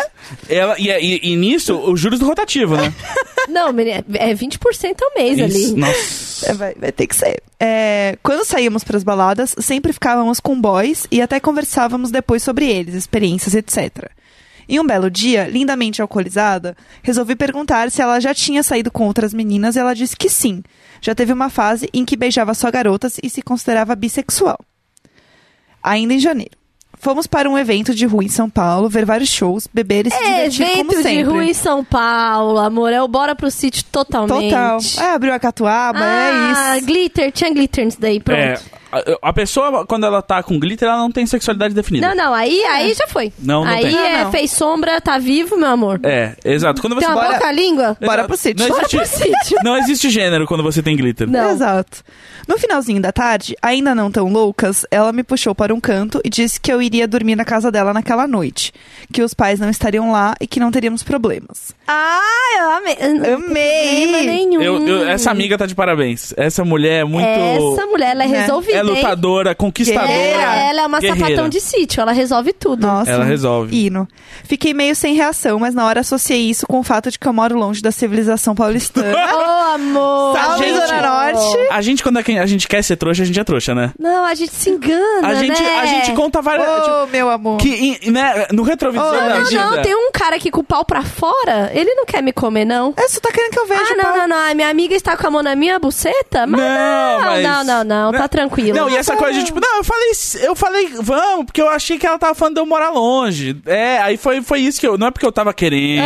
E nisso, os juros do rotativo, né? Não, menina, é 20% ao mês ali. Nossa. Vai ter que ser. Quando saíamos para as baladas, sempre ficávamos com boys e até conversávamos depois sobre eles, experiências, etc. E um belo dia, lindamente alcoolizada, resolvi perguntar se ela já tinha saído com outras meninas e ela disse que sim. Já teve uma fase em que beijava só garotas e se considerava bissexual. Ainda em janeiro. Fomos para um evento de rua em São Paulo, ver vários shows, beber e se divertir como sempre. Evento de rua em São Paulo, amor. É o bora pro sítio totalmente. Total. Abriu a catuaba, é isso. Glitter. Tinha glitter nisso daí, pronto. A pessoa, quando ela tá com glitter, ela não tem sexualidade definida. Não, aí já foi. Não aí tem. Fez sombra, tá vivo, meu amor. Exato. Quando você tem uma boca língua? Bora pro sítio. Não existe gênero quando você tem glitter. Não. Exato. No finalzinho da tarde, ainda não tão loucas, ela me puxou para um canto e disse que eu iria dormir na casa dela naquela noite. Que os pais não estariam lá e que não teríamos problemas. Eu amei. Amei! Nenhum. Essa amiga tá de parabéns. Essa mulher é muito... Essa mulher, ela é resolvida, é lutadora, conquistadora. Ela é uma sapatão de sítio, ela resolve tudo. Nossa, ela resolve. Hino. Fiquei meio sem reação, mas na hora associei isso com o fato de que eu moro longe da civilização paulistana. Amor! Salve, Zona Norte! A gente, quando a gente quer ser trouxa, a gente é trouxa, né? Não, a gente se engana, a gente conta várias... meu amor. Que, né, no retrovisor da vida... Não, tem um cara aqui com o pau pra fora, ele não quer me comer, não. Você tá querendo que eu veja não, a minha amiga está com a mão na minha buceta? Mas não, tá tranquilo. Não, e essa coisa de tipo, não, eu falei, vamos, porque eu achei que ela tava falando de eu morar longe. Aí foi isso que eu... Não é porque eu tava querendo,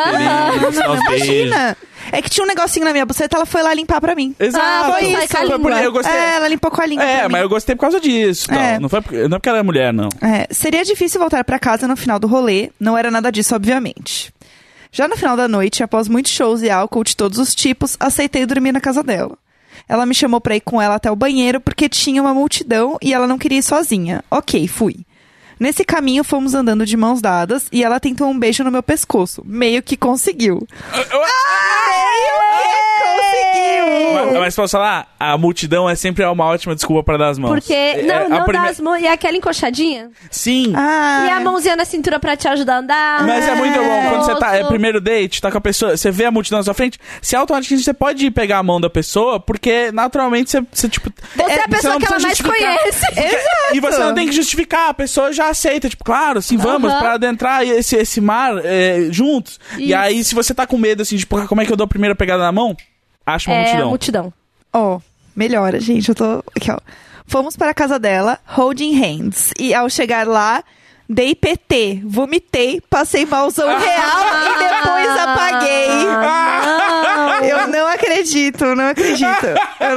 imagina. É que tinha um negocinho na minha buceta, ela foi lá limpar pra mim. Exato. Foi isso. Eu gostei. Ela limpou com a língua. Mas eu gostei por causa disso. Não é porque ela é mulher, não. Seria difícil voltar pra casa no final do rolê. Não era nada disso, obviamente. Já no final da noite, após muitos shows e álcool de todos os tipos, aceitei dormir na casa dela. Ela me chamou pra ir com ela até o banheiro porque tinha uma multidão e ela não queria ir sozinha. Ok, fui. Nesse caminho, fomos andando de mãos dadas e ela tentou um beijo no meu pescoço. Meio que conseguiu. Mas posso falar? A multidão é sempre uma ótima desculpa pra dar as mãos. Porque, não dá as mãos. E aquela encoxadinha? Sim. E a mãozinha na cintura pra te ajudar a andar. Mas é muito bom. Quando você tá... primeiro date, tá com a pessoa... Você vê a multidão na sua frente, você automaticamente você pode ir pegar a mão da pessoa, porque naturalmente você tipo... Você é a pessoa que ela mais conhece. Exato. E você não tem que justificar. A pessoa já aceita. Tipo, claro, assim, vamos pra adentrar esse mar juntos. Isso. E aí, se você tá com medo, assim, de como é que eu dou a primeira pegada na mão? Acho uma multidão. Multidão. Melhora, gente. Eu tô... Aqui, ó. Fomos para a casa dela, holding hands. E ao chegar lá, dei PT. Vomitei, passei malzão real e depois apaguei. Eu não acredito. Eu não acredito.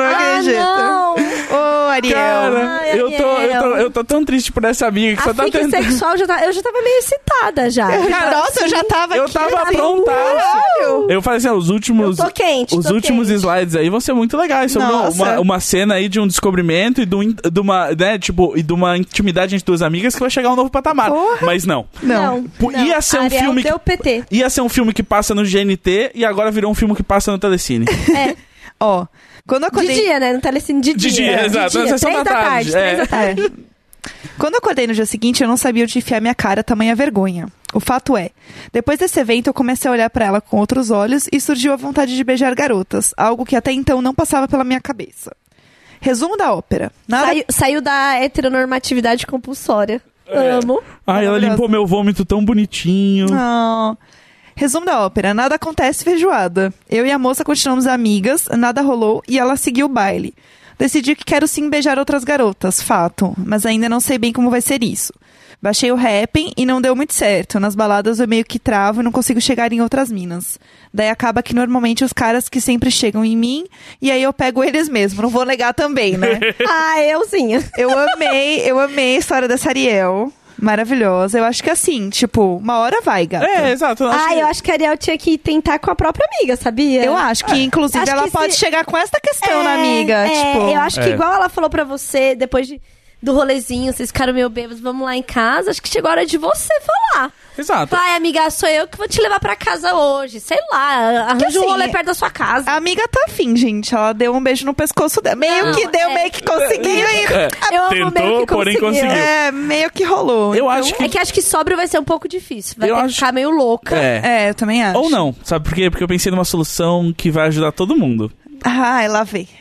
Ariel. Cara, eu tô tão triste por essa amiga que a só tá tendo... sexual, eu já tava meio excitada já. Cara, nossa, eu já tava aqui. Eu tava aprontada. Eu falei assim, os últimos... Eu tô quente, últimos slides aí vão ser muito legais. Sobre uma cena aí de um descobrimento e de uma, né, tipo, e de uma intimidade entre duas amigas que vai chegar a um novo patamar. Porra. Mas não. Ia ser um filme deu PT. Ia ser um filme que passa no GNT e agora virou um filme que passa no Telecine. Quando eu acordei... De dia, né? No Telecine de dia. De dia, exato. 3 da tarde. Quando eu acordei no dia seguinte, eu não sabia onde enfiar minha cara, tamanha vergonha. O fato é, depois desse evento, eu comecei a olhar pra ela com outros olhos e surgiu a vontade de beijar garotas, algo que até então não passava pela minha cabeça. Resumo da ópera. Saiu da heteronormatividade compulsória. Amo. Ela limpou meu vômito tão bonitinho. Resumo da ópera. Nada acontece feijoada. Eu e a moça continuamos amigas, nada rolou e ela seguiu o baile. Decidi que quero sim beijar outras garotas, fato. Mas ainda não sei bem como vai ser isso. Baixei o Happn e não deu muito certo. Nas baladas eu meio que travo e não consigo chegar em outras minas. Daí acaba que normalmente os caras que sempre chegam em mim, e aí eu pego eles mesmo. Não vou negar também, né? Eu sim. Eu amei a história dessa Ariel. Maravilhosa. Eu acho que assim, tipo, uma hora vai, gata. Exato. Eu acho que a Ariel tinha que tentar com a própria amiga, sabia? Eu acho que, inclusive, ela pode chegar com essa questão na amiga. Tipo, eu acho que igual ela falou pra você, depois do rolezinho, vocês ficaram meio bêbados, vamos lá em casa, acho que chegou a hora de você falar. Exato. Vai, amiga, sou eu que vou te levar pra casa hoje. Sei lá, arranja um rolê perto da sua casa. A amiga tá afim, gente. Ela deu um beijo no pescoço dela. Meio que conseguiu. Eu amo tentou, meio que porém conseguiu. Meio que rolou. Eu acho que... acho que sóbrio vai ser um pouco difícil. Vai ter que ficar meio louca. Eu também acho. Ou não, sabe por quê? Porque eu pensei numa solução que vai ajudar todo mundo. Lá vem.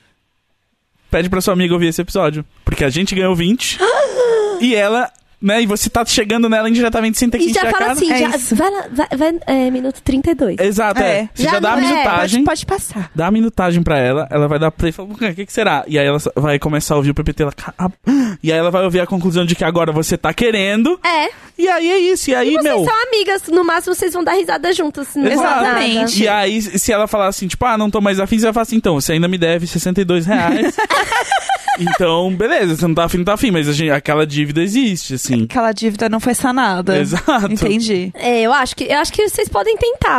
Pede pra sua amiga ouvir esse episódio. Porque a gente ganhou 20. E ela... Né? E você tá chegando nela indiretamente sem ter que encher a cara. E já fala assim, vai lá, minuto 32. Exato, Você já dá a minutagem. Pode passar. Dá a minutagem pra ela, ela vai dar play e fala, o que será? E aí ela vai começar a ouvir o PPT, e aí ela vai ouvir a conclusão de que agora você tá querendo. E aí é isso, e aí, vocês são amigas, no máximo vocês vão dar risada juntas. Exatamente. E aí, se ela falar assim, tipo, não tô mais afim, você vai falar assim, então, você ainda me deve R$62. Então, beleza, você não tá afim, mas aquela dívida existe, assim. Aquela dívida não foi sanada. Exato. Entendi. Eu acho que vocês podem tentar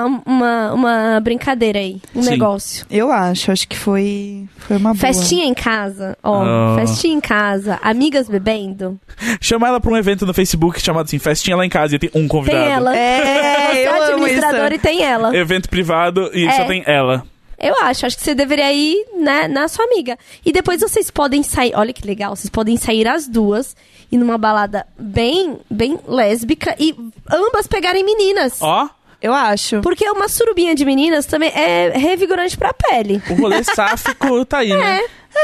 uma brincadeira aí, negócio. Eu acho que foi uma boa. Festinha em casa, festinha em casa, amigas bebendo. Chama ela pra um evento no Facebook chamado assim, Festinha lá em casa, e tem um convidado. Tem ela. Você é o administrador e tem ela. Evento privado e só tem ela. Eu acho que você deveria ir, né, na sua amiga. E depois vocês podem sair, olha que legal, vocês podem sair as duas e numa balada bem lésbica e ambas pegarem meninas. Eu acho. Porque uma surubinha de meninas também é revigorante pra pele. O rolê sáfico tá aí, né?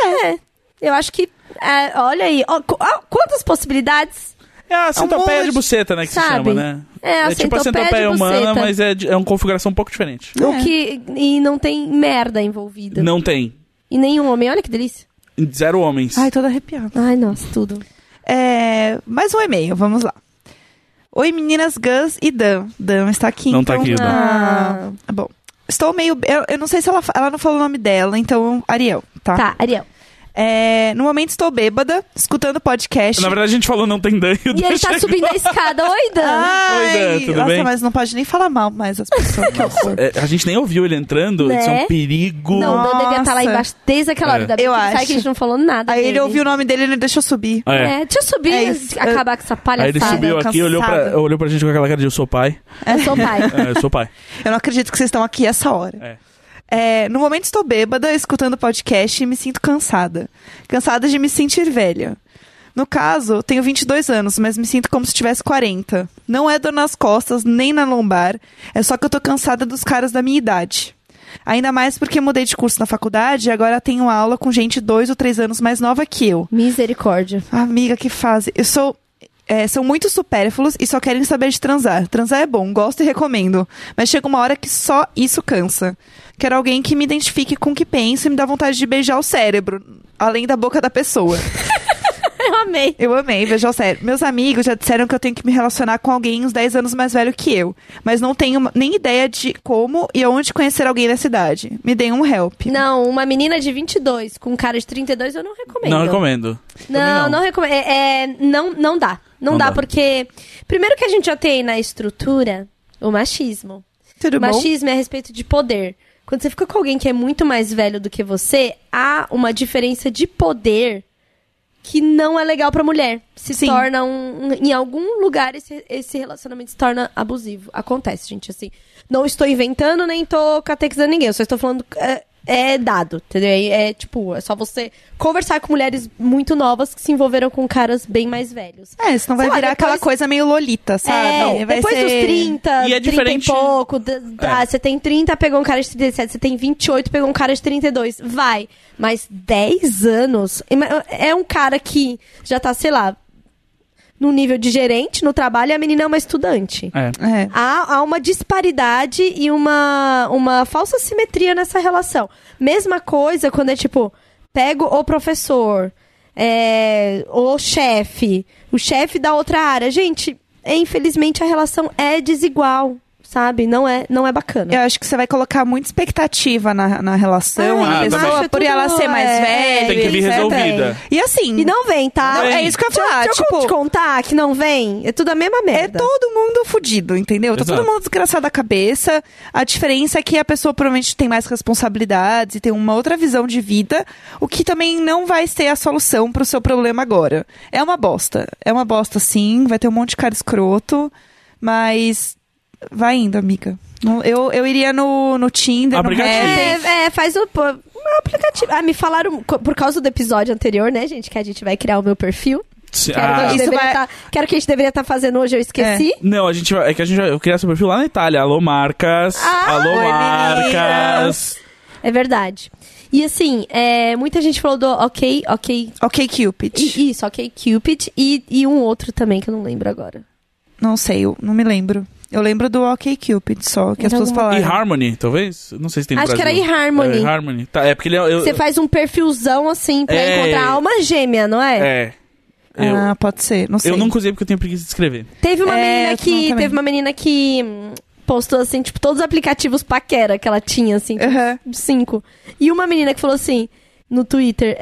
Eu acho que, olha aí, quantas possibilidades. É a centopeia de buceta, né, que se chama, né? É tipo a centopeia humana, mas é uma configuração um pouco diferente. E não tem merda envolvida. Não tem. E nenhum homem, olha que delícia. 0 homens. Ai, toda arrepiada. Ai, nossa, tudo. Mais um e-mail, vamos lá. Oi, meninas Gus e Dan. Dan está aqui, não então... tá aqui, Dan. Bom, estou meio... Eu não sei se ela não falou o nome dela, então Ariel, tá? Tá, Ariel. No momento estou bêbada, escutando podcast. Na verdade, a gente falou não tem Dan. E ele tá subindo a escada. Oi, Dan. Oi, Dan, tudo bem? Mas não pode nem falar mal mais as pessoas. Que horror. A gente nem ouviu ele entrando. Isso é um perigo. Não, o Dan devia estar lá embaixo desde aquela hora da Eu acho. Sabe que a gente não falou nada Aí dele. ele ouviu o nome dele e ele deixou subir. Deixa eu subir acabar com essa palhaçada. Aí ele subiu aqui e olhou pra gente com aquela cara de eu sou pai. Eu sou pai. Eu sou pai. Eu não acredito que vocês estão aqui essa hora. No momento estou bêbada, escutando podcast e me sinto cansada. Cansada de me sentir velha. No caso, tenho 22 anos, mas me sinto como se tivesse 40. Não é dor nas costas, nem na lombar. É só que eu tô cansada dos caras da minha idade. Ainda mais porque mudei de curso na faculdade e agora tenho aula com gente 2 ou 3 anos mais nova que eu. Misericórdia. Amiga, que fase. São muito supérfluos e só querem saber de transar. Transar é bom, gosto e recomendo. Mas chega uma hora que só isso cansa. Quero alguém que me identifique com o que pensa e me dá vontade de beijar o cérebro, além da boca da pessoa. Eu amei beijar o cérebro. Meus amigos já disseram que eu tenho que me relacionar com alguém uns 10 anos mais velho que eu. Mas não tenho nem ideia de como e onde conhecer alguém nessa idade. Me deem um help. Não, uma menina de 22 com um cara de 32 eu não recomendo. Não recomendo. Não recomendo. Não dá. Não dá, porque... Primeiro que a gente já tem na estrutura o machismo. Tudo bom? Machismo é a respeito de poder. Quando você fica com alguém que é muito mais velho do que você, há uma diferença de poder que não é legal pra mulher. Se torna em algum lugar esse relacionamento se torna abusivo. Acontece, gente, assim. Não estou inventando, nem tô catequizando ninguém. Eu só estou falando... É dado, entendeu? É só você conversar com mulheres muito novas que se envolveram com caras bem mais velhos. Senão vai virar aquela coisa meio lolita, sabe? Depois dos 30, e é 30 diferente... e pouco, você tem 30, pegou um cara de 37, você tem 28, pegou um cara de 32, vai. Mas 10 anos, é um cara que já tá, sei lá, no nível de gerente no trabalho e a menina é uma estudante. Há uma disparidade e uma falsa simetria nessa relação. Mesma coisa quando é tipo, pego o professor, o chefe da outra área. Gente, infelizmente a relação é desigual. Sabe? Não é bacana. Eu acho que você vai colocar muita expectativa na relação. A pessoa, por ela ser mais velha. Tem que vir resolvida. E assim... E não vem, tá? É isso que eu ia falar. Deixa eu te contar que não vem. É tudo a mesma merda. É todo mundo fudido, entendeu? Exato. Tá todo mundo desgraçado da cabeça. A diferença é que a pessoa provavelmente tem mais responsabilidades e tem uma outra visão de vida, o que também não vai ser a solução pro seu problema agora. É uma bosta. É uma bosta, sim. Vai ter um monte de cara escroto, mas... Vai indo, amiga. Eu iria no Tinder, aplicativo. Faz o aplicativo. Me falaram, por causa do episódio anterior, né, gente, que a gente vai criar o meu perfil. Quero que a gente deveria estar fazendo hoje, eu esqueci. Não, eu criar seu perfil lá na Itália. Alô, marcas. Alô, marcas. É verdade. E assim, muita gente falou do OK Cupid. Isso, OK Cupid. E um outro também, que eu não lembro agora. Não sei, eu não me lembro. Eu lembro do OK Cupid só, que as pessoas falaram. E Harmony, talvez? Não sei se tem no Brasil. Acho que era eHarmony. Harmony. Tá, porque você faz um perfilzão assim pra encontrar a alma gêmea, não é? Pode ser, não sei. Eu nunca usei porque eu tenho preguiça de escrever. Teve uma menina que postou assim, tipo, todos os aplicativos paquera que ela tinha, assim, 5. E uma menina que falou assim... No Twitter,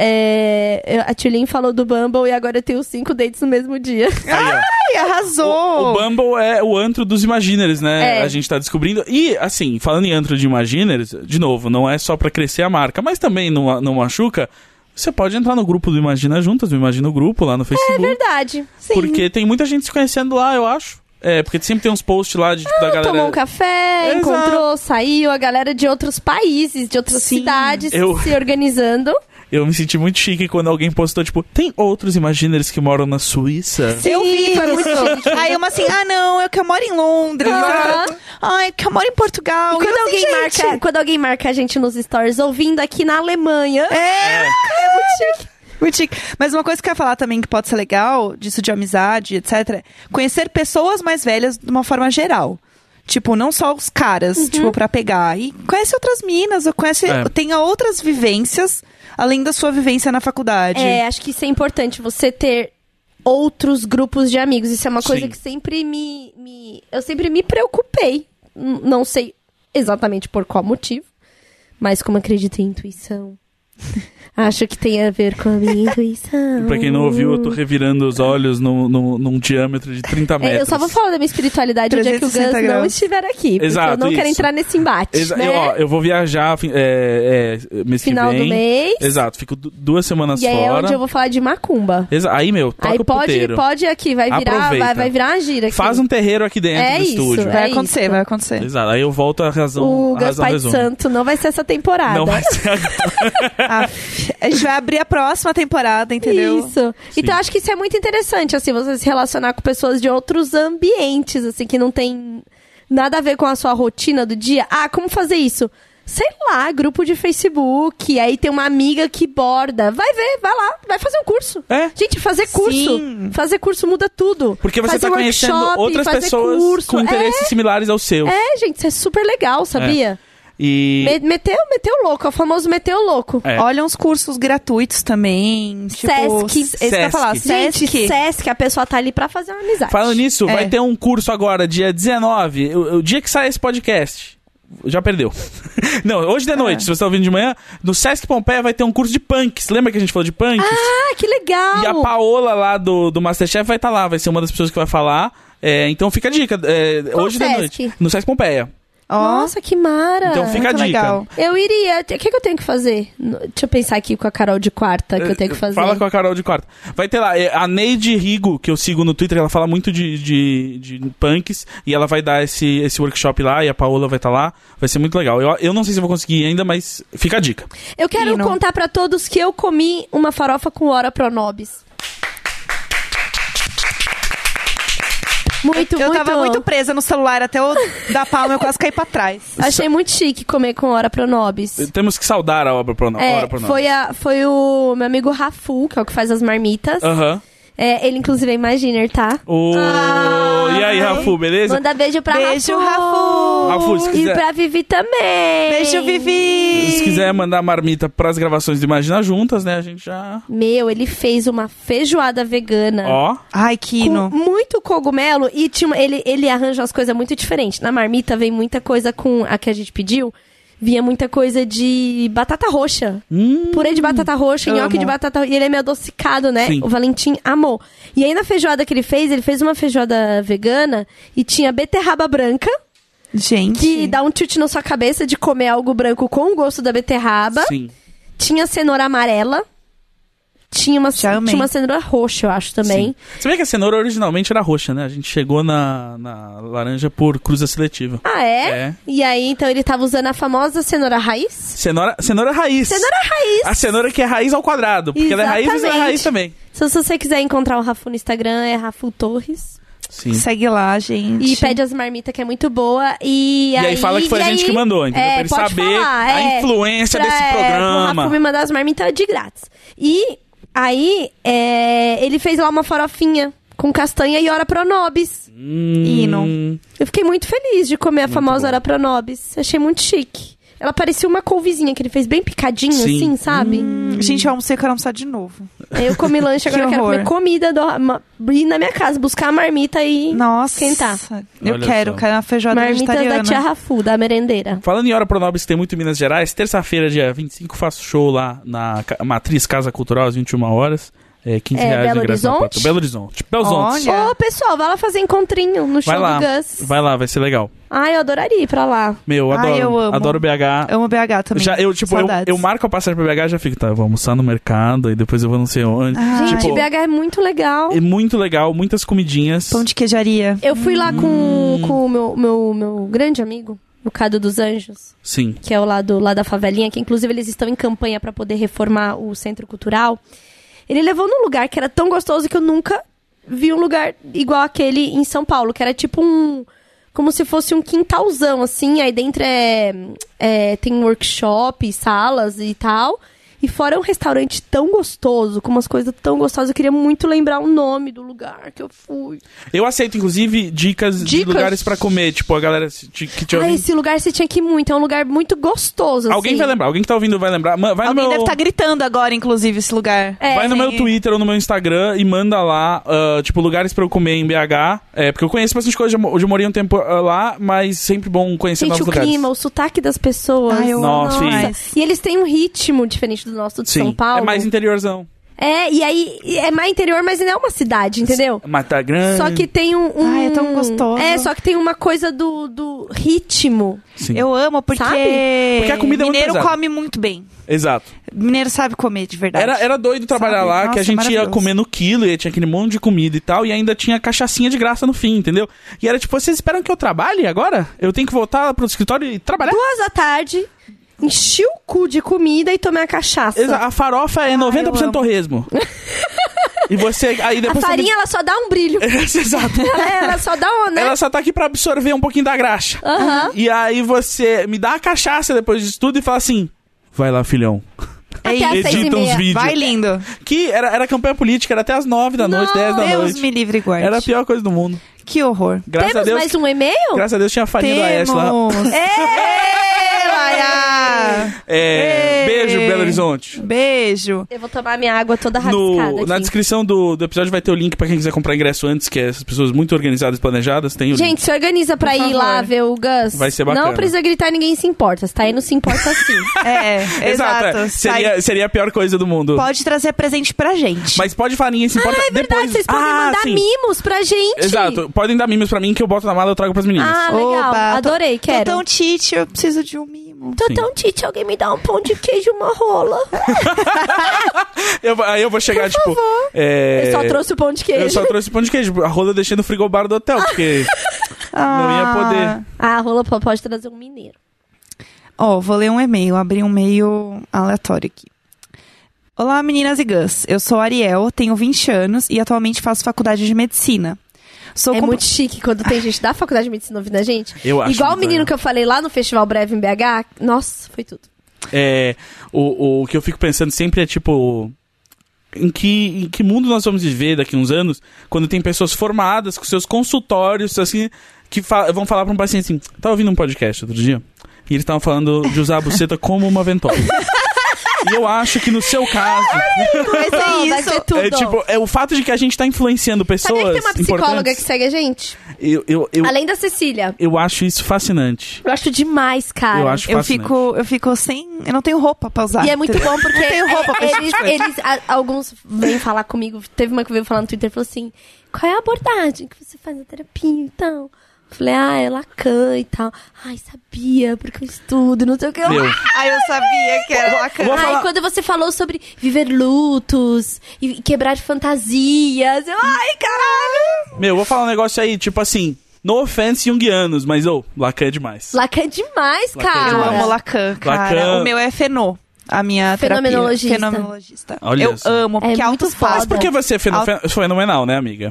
a Tulin falou do Bumble e agora eu tenho 5 dates no mesmo dia. Ai, arrasou! O Bumble é o antro dos Imaginers, né? A gente tá descobrindo. E, assim, falando em antro de Imaginers, de novo, não é só pra crescer a marca, mas também não machuca. Você pode entrar no grupo do Imagina Juntas, do Imagina o Grupo, lá no Facebook. É verdade, sim. Porque tem muita gente se conhecendo lá, eu acho. Porque sempre tem uns posts lá de, da galera... Tomou um café, encontrou, saiu, a galera de outros países, de outras cidades se organizando. Eu me senti muito chique quando alguém postou, tipo, tem outros Imaginers que moram na Suíça? Sim, eu vi, foi muito chique. Aí uma assim, eu moro em Londres. Que eu moro em Portugal. E quando alguém marca a gente nos stories, ouvindo aqui na Alemanha. É muito chique. Muito chique. Mas uma coisa que eu ia falar também que pode ser legal, disso de amizade, etc. Conhecer pessoas mais velhas de uma forma geral. Tipo, não só os caras, tipo, pra pegar. E conhece outras minas, tenha outras vivências, além da sua vivência na faculdade. Acho que isso é importante, você ter outros grupos de amigos. Isso é uma coisa que sempre eu sempre me preocupei. Não sei exatamente por qual motivo, mas como acredito em intuição... Acho que tem a ver com a minha intuição. Pra quem não ouviu, eu tô revirando os olhos num diâmetro de 30 metros. Eu só vou falar da minha espiritualidade o dia que o Gus não estiver aqui. Exato, porque eu não quero entrar nesse embate. Né? Eu vou viajar mês final que vem. Do mês. Exato, fico 2 semanas fora. E é onde eu vou falar de macumba. Aí, toca o puteiro. Pode aqui, vai virar uma gira aqui. Faz um terreiro aqui dentro do estúdio. Vai acontecer. Exato, aí eu volto a razão. O Gus Pai Santo não vai ser essa temporada. Não vai ser agora. A gente vai abrir a próxima temporada, entendeu? Isso. Sim. Então, acho que isso é muito interessante, assim, você se relacionar com pessoas de outros ambientes, assim, que não tem nada a ver com a sua rotina do dia. Como fazer isso? Sei lá, grupo de Facebook, aí tem uma amiga que borda. Vai lá, vai fazer um curso. Gente, fazer curso. Sim. Fazer curso muda tudo. Porque você tá conhecendo outras pessoas com interesses similares aos seus. Gente, isso é super legal, sabia? E... Meteu louco, é o famoso meteu louco. Olha uns cursos gratuitos também. Tipo, Sesc, a pessoa tá ali pra fazer uma amizade. Falando nisso, vai ter um curso agora, dia 19, o dia que sai esse podcast. Já perdeu. Não, hoje de noite, se você tá ouvindo de manhã, no Sesc Pompeia vai ter um curso de punks. Lembra que a gente falou de punks? Que legal! E a Paola lá do Masterchef vai estar lá, vai ser uma das pessoas que vai falar. Então fica a dica, hoje de noite. No Sesc Pompeia. Nossa, que mara! Então fica a dica. Legal. Eu iria. O que eu tenho que fazer? Deixa eu pensar aqui com a Carol de quarta que eu tenho que fazer. Fala com a Carol de quarta. Vai ter lá a Neide Rigo, que eu sigo no Twitter, ela fala muito de punks, e ela vai dar esse workshop lá, e a Paola vai estar lá. Vai ser muito legal. Eu não sei se eu vou conseguir ainda, mas fica a dica. Eu quero contar pra todos que eu comi uma farofa com ora pro nobis. Eu tava muito presa no celular até eu dar palma, eu quase caí pra trás. Achei muito chique comer com ora pro nobis. Temos que saudar a obra pro nobis. Foi o meu amigo Rafu, que é o que faz as marmitas. Ele, inclusive, é Imaginer, tá? E aí, Rafu, beleza? Manda beijo pra Rafu. Beijo, Rafu. Rafu, se quiser... E pra Vivi também. Beijo, Vivi. Se quiser mandar marmita pras gravações do Imagina Juntas, né? A gente já... Ele fez uma feijoada vegana. Ó. Ai, Kino. Com muito cogumelo e ele arranja umas coisas muito diferentes. Na marmita vem muita coisa com a que a gente pediu. Vinha muita coisa de batata roxa. Purê de batata roxa, nhoque de batata roxa. E ele é meio adocicado, né? Sim. O Valentim amou. E aí na feijoada que ele fez uma feijoada vegana e tinha beterraba branca. Gente. Que dá um tilt na sua cabeça de comer algo branco com o gosto da beterraba. Sim. Tinha cenoura amarela. Tinha uma cenoura roxa, eu acho, também. Sim. Você vê que a cenoura originalmente era roxa, né? A gente chegou na laranja por cruza seletiva. Ah, é? E aí, então, ele tava usando a famosa cenoura raiz? Cenoura raiz. Cenoura raiz. A cenoura que é raiz ao quadrado. Porque ela é raiz, mas ela é raiz também. Se você quiser encontrar o Rafu no Instagram, é Rafu Torres. Sim. Segue lá, gente. E pede as marmitas, que é muito boa. E aí fala que foi a gente que mandou, entendeu? Pra ele saber a influência desse programa. O Rafu me mandar as marmitas de grátis. E aí, ele fez lá uma farofinha com castanha e ora pronobis. Hino. Eu fiquei muito feliz de comer a famosa ora pronobis. Achei muito chique. Ela parecia uma couvezinha que ele fez bem picadinho, assim, sabe? Gente, eu almocei, quero almoçar de novo. Eu comi lanche, agora eu quero comer comida. Ir na minha casa, buscar a marmita e esquentar. Eu quero uma feijoada vegetariana. Marmita da tia Rafu, da merendeira. Falando em hora pronobis, que tem muito em Minas Gerais, terça-feira, dia 25, faço show lá na Matriz Casa Cultural, às 21 horas. 15 reais Belo de ingresso na porta. Belo Horizonte. Ô, pessoal, vai lá fazer encontrinho no show do Gus. Vai lá, vai ser legal. Ai, eu adoraria ir pra lá. Meu, adoro. Eu amo. Adoro BH. Amo BH também. Eu marco a passagem pra BH e já fico, tá, eu vou almoçar no mercado e depois eu vou não sei onde. Gente, BH é muito legal. É muito legal, muitas comidinhas. Pão de queijaria. Eu fui lá com o meu grande amigo, o Cado dos Anjos. Sim. Que é o lá da favelinha, que inclusive eles estão em campanha pra poder reformar o Centro Cultural. Ele levou num lugar que era tão gostoso que eu nunca vi um lugar igual aquele em São Paulo, que era tipo como se fosse um quintalzão, assim, aí dentro tem workshop, salas e tal. E fora é um restaurante tão gostoso, com umas coisas tão gostosas. Eu queria muito lembrar o nome do lugar que eu fui. Eu aceito, inclusive, dicas de lugares pra comer. Tipo, a galera que te ouve... esse lugar você tinha que ir muito. É um lugar muito gostoso, Alguém assim. vai lembrar. Alguém que tá ouvindo vai lembrar. Alguém deve estar gritando agora, inclusive, esse lugar. Vai no meu Twitter ou no meu Instagram e manda lá, tipo, lugares pra eu comer em BH. Porque eu conheço bastante coisa. Eu morei um tempo lá, mas sempre bom conhecer novos lugares. Gente, o clima, o sotaque das pessoas. Nossa. E eles têm um ritmo diferente do nosso de São Paulo. É mais interiorzão. E aí é mais interior, mas não é uma cidade, entendeu? Mata Grande. Só que tem é tão gostoso. Só que tem uma coisa do ritmo. Sim. Eu amo, porque a comida é muito mineiro pesada. come muito bem. Exato. Mineiro sabe comer de verdade. Era doido trabalhar lá, que a gente ia comer no quilo, e tinha aquele monte de comida e tal, e ainda tinha cachaçinha de graça no fim, entendeu? E era tipo, vocês esperam que eu trabalhe agora? Eu tenho que voltar pro escritório e trabalhar? 14h, enchi o cu de comida e tomei a cachaça. A farofa é 90% torresmo. E você... Aí depois a farinha, ela só dá um brilho. Exato. Ela só dá né? Ela só tá aqui pra absorver um pouquinho da graxa. E aí você me dá a cachaça depois disso tudo e fala assim, vai lá, filhão. Edita uns vídeos. Vai, lindo. Que era campanha política, era até as 9 da noite, 10 da noite. Deus me livre e guarde. Era a pior coisa do mundo. Que horror. Graças a Deus, mais um e-mail? Graças a Deus tinha a farinha do AS lá. Beijo, Belo Horizonte. Beijo. Eu vou tomar minha água toda rabiscada aqui. Na descrição do episódio vai ter o link pra quem quiser comprar ingresso antes, que é essas pessoas muito organizadas e planejadas. Tem o link. Se organiza pra ir lá ver o Gus. Vai ser bacana. Não precisa gritar, ninguém se importa. Se tá indo, se importa sim. Exato. Seria a pior coisa do mundo. Pode trazer presente pra gente. Mas pode falar, ninguém se importa depois. Vocês podem mandar mimos pra gente. Exato. Podem dar mimos pra mim que eu boto na mala e eu trago pras meninas. Legal. Adorei, quero. Tô tão tite, eu preciso de um mimo. Tô tão tite, alguém me dá um pão de queijo e uma rola. Aí eu vou chegar, por favor. Eu só trouxe o pão de queijo. Eu só trouxe o pão de queijo. A rola eu deixei no frigobar do hotel, porque não ia poder. A rola pode trazer um mineiro. Vou ler um e-mail. Abri um e-mail aleatório aqui. Olá, meninas e Gus. Eu sou Ariel, tenho 20 anos e atualmente faço faculdade de medicina. Muito chique quando tem gente da faculdade de medicina ouvindo a gente. Eu acho igual o menino que eu falei lá no Festival Breve em BH. Nossa, foi tudo. O que eu fico pensando sempre é tipo... em que mundo nós vamos viver daqui a uns anos, quando tem pessoas formadas com seus consultórios, assim, que vão falar pra um paciente assim, tava ouvindo um podcast outro dia, e eles estavam falando de usar a buceta como uma ventosa. E eu acho que no seu caso... Vai ser isso. Vai ser tudo. É o fato de que a gente tá influenciando pessoas. Sabia que tem uma psicóloga que segue a gente? Além da Cecília. Eu acho isso fascinante. Eu acho demais, cara. Eu acho fascinante. Eu fico sem... Eu não tenho roupa pra usar. E é muito bom porque não tenho roupa pra alguns vêm falar comigo. Teve uma que veio falar no Twitter e falou assim, qual é a abordagem que você faz na terapia, então? Falei, é Lacan e tal. Ai, sabia, porque eu estudo, não sei o que. Meu. Eu sabia que era Lacan. Ai, quando você falou sobre viver lutos e quebrar fantasias, ai, caralho! Meu, vou falar um negócio aí, tipo assim, no offense junguianos, mas, Lacan é demais. Lacan é demais, Lacan é cara. Eu demais. amo Lacan, cara. Lacan... O meu é Fenô. A minha Fenomenologista. terapia. Fenomenologista. Olha eu só. amo, porque É muito autofácil. Mas por que você é fenomenal, né, amiga?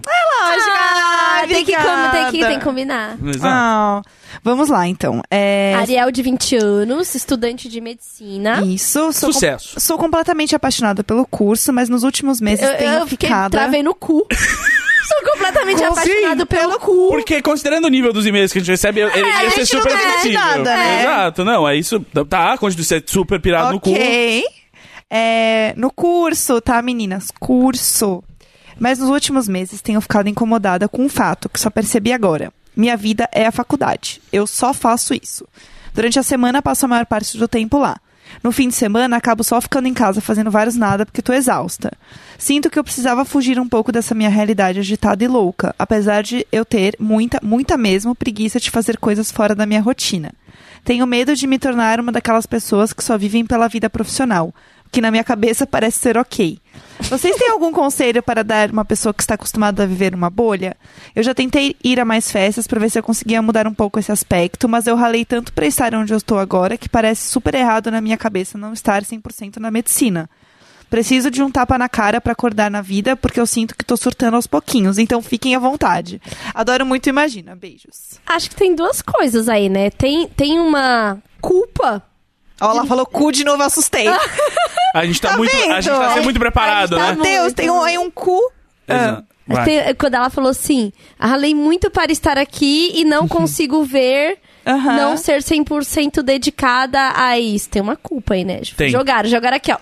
Tem que combinar. Exato. Vamos lá, então. Ariel, de 20 anos, estudante de medicina. Isso. Sucesso. Sou completamente apaixonada pelo curso, mas nos últimos meses tenho ficado... Travei no cu. Sou completamente apaixonado pelo cu. Porque considerando o nível dos e-mails que a gente recebe, ele ia ser super sensível. Nada, né? Exato, não, é isso. Tá, continua ser super pirado no cu. Ok. No curso, tá, meninas? Curso. Mas nos últimos meses tenho ficado incomodada com um fato que só percebi agora. Minha vida é a faculdade. Eu só faço isso. Durante a semana passo a maior parte do tempo lá. No fim de semana, acabo só ficando em casa fazendo vários nada porque tô exausta. Sinto que eu precisava fugir um pouco dessa minha realidade agitada e louca, apesar de eu ter muita mesmo preguiça de fazer coisas fora da minha rotina. Tenho medo de me tornar uma daquelas pessoas que só vivem pela vida profissional, que na minha cabeça parece ser ok. Vocês têm algum conselho para dar uma pessoa que está acostumada a viver uma bolha? Eu já tentei ir a mais festas para ver se eu conseguia mudar um pouco esse aspecto, mas eu ralei tanto para estar onde eu estou agora que parece super errado na minha cabeça não estar 100% na medicina. Preciso de um tapa na cara para acordar na vida, porque eu sinto que tô surtando aos pouquinhos, então fiquem à vontade. Adoro muito Imagina. Beijos. Acho que tem duas coisas aí, né? Tem uma culpa. Ela falou cu de novo, eu assustei. A gente tá sendo muito preparado, né? Meu Deus, tem aí um cu. Exato. Quando ela falou assim, ralei muito para estar aqui e não consigo ver, não ser 100% dedicada a isso. Tem uma culpa aí, né? Tem. Jogaram aqui, ó.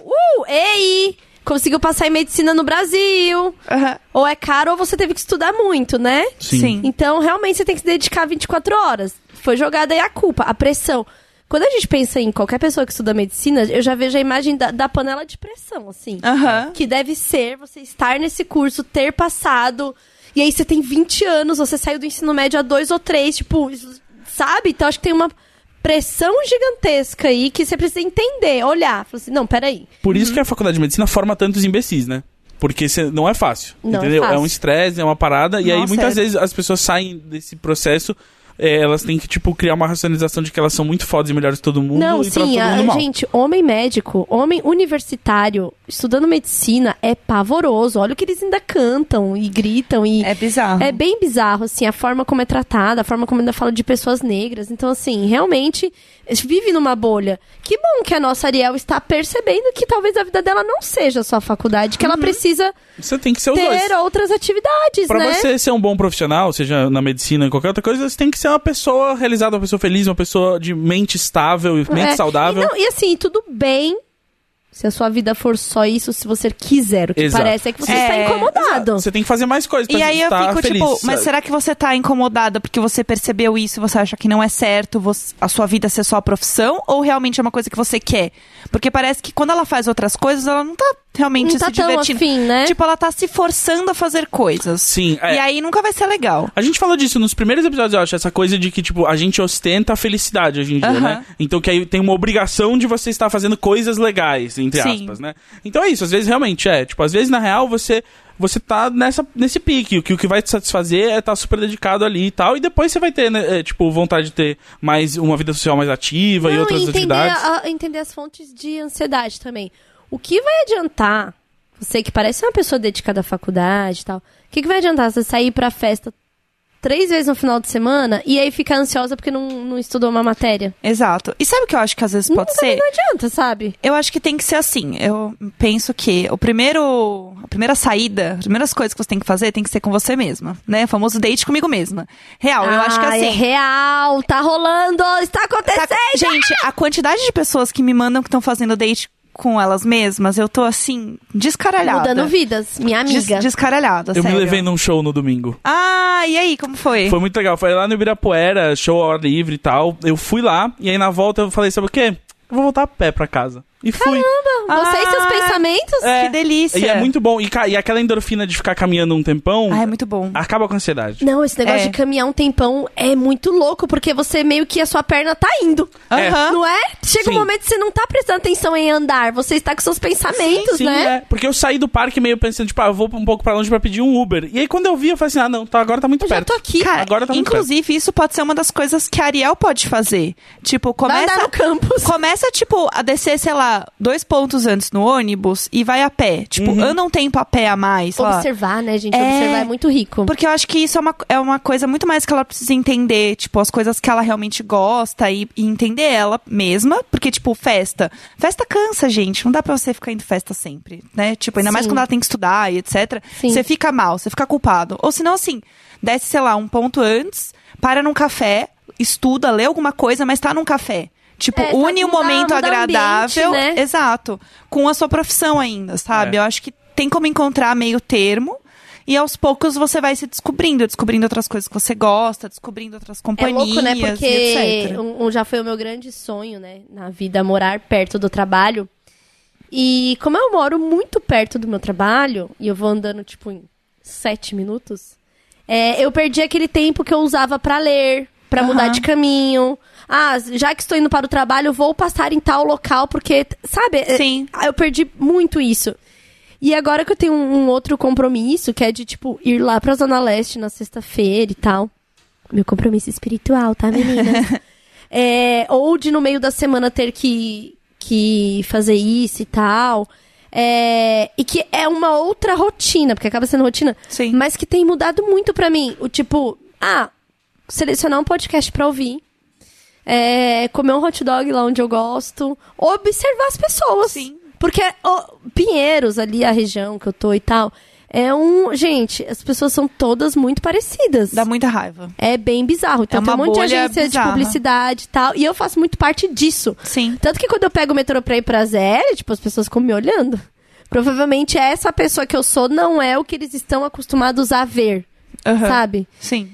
Ei! Conseguiu passar em medicina no Brasil. Ou é caro ou você teve que estudar muito, né? Sim. Então, realmente, você tem que se dedicar 24 horas. Foi jogada aí a culpa, a pressão. Quando a gente pensa em qualquer pessoa que estuda medicina, eu já vejo a imagem da panela de pressão, assim. Que deve ser você estar nesse curso, ter passado, e aí você tem 20 anos, você saiu do ensino médio há 2 ou 3, tipo, sabe? Então acho que tem uma pressão gigantesca aí que você precisa entender, olhar. Falar assim, não, peraí. Por isso que a faculdade de medicina forma tantos imbecis, né? Porque não é fácil, entendeu? É um estresse, é uma parada, e aí muitas vezes as pessoas saem desse processo... elas têm que, tipo, criar uma racionalização de que elas são muito fodas e melhores que todo mundo. Não, e sim, todo mundo mal. Gente, homem médico, homem universitário, estudando medicina, é pavoroso. Olha o que eles ainda cantam e gritam. É bizarro. É bem bizarro, assim, a forma como é tratada, a forma como ainda fala de pessoas negras. Então, assim, realmente, vive numa bolha. Que bom que a nossa Ariel está percebendo que talvez a vida dela não seja só a faculdade, que ela precisa você tem que ser os dois. ter outras atividades, pra né? você ser um bom profissional, seja na medicina ou em qualquer outra coisa, você tem que ser uma pessoa realizada, uma pessoa feliz, uma pessoa de mente estável e mente saudável. E assim, tudo bem se a sua vida for só isso, se você quiser. O que parece é que você está incomodado. Você tem que fazer mais coisas pra e aí eu fico feliz, tipo, sabe? mas será que você tá incomodada porque você percebeu isso e você acha que não é certo a sua vida ser só a profissão? Ou realmente é uma coisa que você quer? Porque parece que quando ela faz outras coisas, ela não tá realmente se divertindo. Afim, né? Tipo, ela tá se forçando a fazer coisas. Sim. E aí nunca vai ser legal. A gente falou disso nos primeiros episódios, eu acho. Essa coisa de que, tipo, a gente ostenta a felicidade hoje em dia, né? Então que aí tem uma obrigação de você estar fazendo coisas legais, entre aspas, né? Então é isso. Às vezes realmente tipo, às vezes na real você tá nesse pique. O que vai te satisfazer é estar super dedicado ali e tal. E depois você vai ter, né, tipo, vontade de ter mais uma vida social mais ativa e outras atividades. Entender as fontes de ansiedade também. O que vai adiantar, você que parece uma pessoa dedicada à faculdade e tal, o que vai adiantar você sair pra festa 3 vezes no final de semana e aí fica ansiosa porque não estudou uma matéria. Exato. E sabe o que eu acho que às vezes pode ser? Não adianta, sabe? Eu acho que tem que ser assim. Eu penso que a primeira saída, as primeiras coisas que você tem que fazer tem que ser com você mesma, né? O famoso date comigo mesma. Real, eu acho que assim... É real, tá rolando, está acontecendo! Gente, a quantidade de pessoas que me mandam que estão fazendo date com elas mesmas, eu tô assim, descaralhada. Mudando vidas, minha amiga. Descaralhada, sério. Eu me levei num show no domingo. Ah, e aí, como foi? Foi muito legal, foi lá no Ibirapuera, show ao ar livre e tal. Eu fui lá, e aí na volta eu falei, sabe o quê? Eu vou voltar a pé pra casa. E fui. Caramba, você e seus pensamentos? Que delícia. E é muito bom. E aquela endorfina de ficar caminhando um tempão... é muito bom. Acaba com a ansiedade. Não, esse negócio de caminhar um tempão é muito louco, porque você meio que a sua perna tá indo. Não é? Chega um momento que você não tá prestando atenção em andar, você está com seus pensamentos, sim, né? Porque eu saí do parque meio pensando, tipo, eu vou um pouco pra longe pra pedir um Uber. E aí quando eu vi, eu falei assim, não, agora tá muito perto. Já tô aqui. Cara, agora tá muito inclusive, perto. isso pode ser uma das coisas que a Ariel pode fazer. Tipo, Vai andar no campus. Começa, tipo, a descer, sei lá, 2 pontos antes no ônibus e vai a pé. Tipo, anda um tempo a pé a mais. Observar, né, gente? Observar é muito rico. Porque eu acho que isso é uma coisa muito mais que ela precisa entender. Tipo, as coisas que ela realmente gosta e entender ela mesma. Porque, tipo, festa. Festa cansa, gente. Não dá pra você ficar indo festa sempre, né? Tipo, ainda mais quando ela tem que estudar e etc. Sim. Você fica mal, você fica culpado. Ou senão, assim, desce, sei lá, um ponto antes, para num café, estuda, lê alguma coisa, mas tá num café. Tipo, une um momento agradável, ambiente, né? Exato, com a sua profissão ainda, sabe? Eu acho que tem como encontrar meio termo e aos poucos você vai se descobrindo outras coisas que você gosta, descobrindo outras companhias, é louco, né? Porque e etc. Já foi o meu grande sonho, né, na vida, morar perto do trabalho. E como eu moro muito perto do meu trabalho, e eu vou andando, tipo, em 7 minutos, eu perdi aquele tempo que eu usava pra ler, pra mudar de caminho. Já que estou indo para o trabalho, vou passar em tal local, porque, sabe? Sim. Eu perdi muito isso. E agora que eu tenho um outro compromisso, que é de, tipo, ir lá pra Zona Leste na sexta-feira e tal. Meu compromisso espiritual, tá, meninas? Ou de no meio da semana ter que fazer isso e tal. E que é uma outra rotina, porque acaba sendo rotina. Sim. Mas que tem mudado muito pra mim. O tipo, selecionar um podcast pra ouvir. Comer um hot dog lá onde eu gosto. Observar as pessoas. Sim. Porque Pinheiros, ali, a região que eu tô e tal, gente, as pessoas são todas muito parecidas. Dá muita raiva. É bem bizarro. Então tem um monte de agência bizarra. de publicidade e tal. E eu faço muito parte disso. Sim. Tanto que quando eu pego o metrô pra ir pra ZL, tipo, as pessoas ficam me olhando. Provavelmente essa pessoa que eu sou não é o que eles estão acostumados a ver. Sabe? Sim.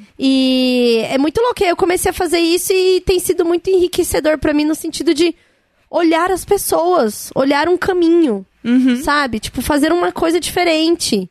E é muito louco. Eu comecei a fazer isso e tem sido muito enriquecedor pra mim no sentido de olhar as pessoas, olhar um caminho, sabe? Tipo, fazer uma coisa diferente.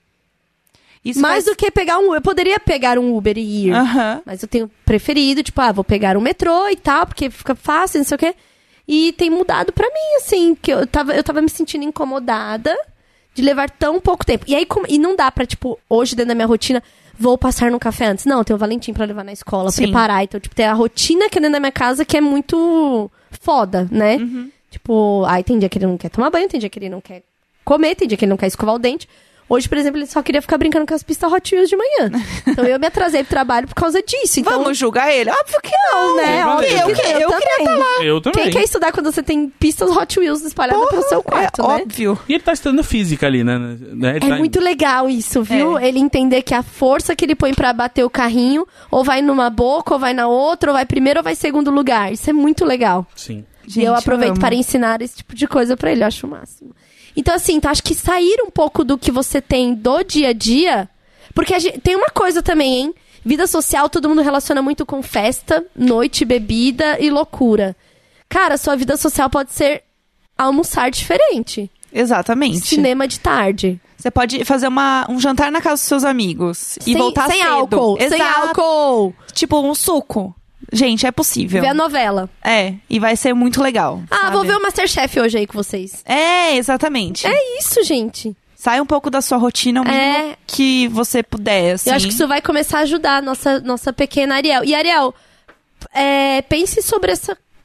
Isso mais do que pegar eu poderia pegar um Uber e ir, mas eu tenho preferido, tipo, vou pegar um metrô e tal, porque fica fácil, não sei o quê. E tem mudado pra mim, assim, que eu tava me sentindo incomodada de levar tão pouco tempo. E aí, e não dá pra, tipo, hoje dentro da minha rotina, vou passar no café antes. Não, tem o Valentim pra levar na escola, preparar. Então, tipo, tem a rotina aqui dentro da minha casa que é muito foda, né? Tipo, tem dia que ele não quer tomar banho, tem dia que ele não quer comer, tem dia que ele não quer escovar o dente. Hoje, por exemplo, ele só queria ficar brincando com as pistas Hot Wheels de manhã. Então eu me atrasei pro trabalho por causa disso. Então, vamos julgar ele? Óbvio que não, né? Eu queria estar lá. Eu também. Quem quer estudar quando você tem pistas Hot Wheels espalhadas pelo seu quarto, né? Óbvio. E ele tá estudando física ali, né? Muito legal isso, viu? Ele entender que a força que ele põe pra bater o carrinho, ou vai numa boca, ou vai na outra, ou vai primeiro, ou vai segundo lugar. Isso é muito legal. Sim. Gente, e eu aproveito para ensinar esse tipo de coisa pra ele, eu acho o máximo. Então, assim, acho que sair um pouco do que você tem do dia a dia... Porque tem uma coisa também, hein? Vida social, todo mundo relaciona muito com festa, noite, bebida e loucura. Cara, sua vida social pode ser almoçar diferente. Exatamente. Cinema de tarde. Você pode fazer um jantar na casa dos seus amigos e voltar sem cedo. Álcool. Exato. Sem álcool. Tipo, um suco. Gente, é possível. Ver a novela. E vai ser muito legal. Sabe? Vou ver o Masterchef hoje aí com vocês. Exatamente. É isso, gente. Sai um pouco da sua rotina, o mínimo que você puder, assim. Eu acho que isso vai começar a ajudar a nossa pequena Ariel. E, Ariel, pense sobre essa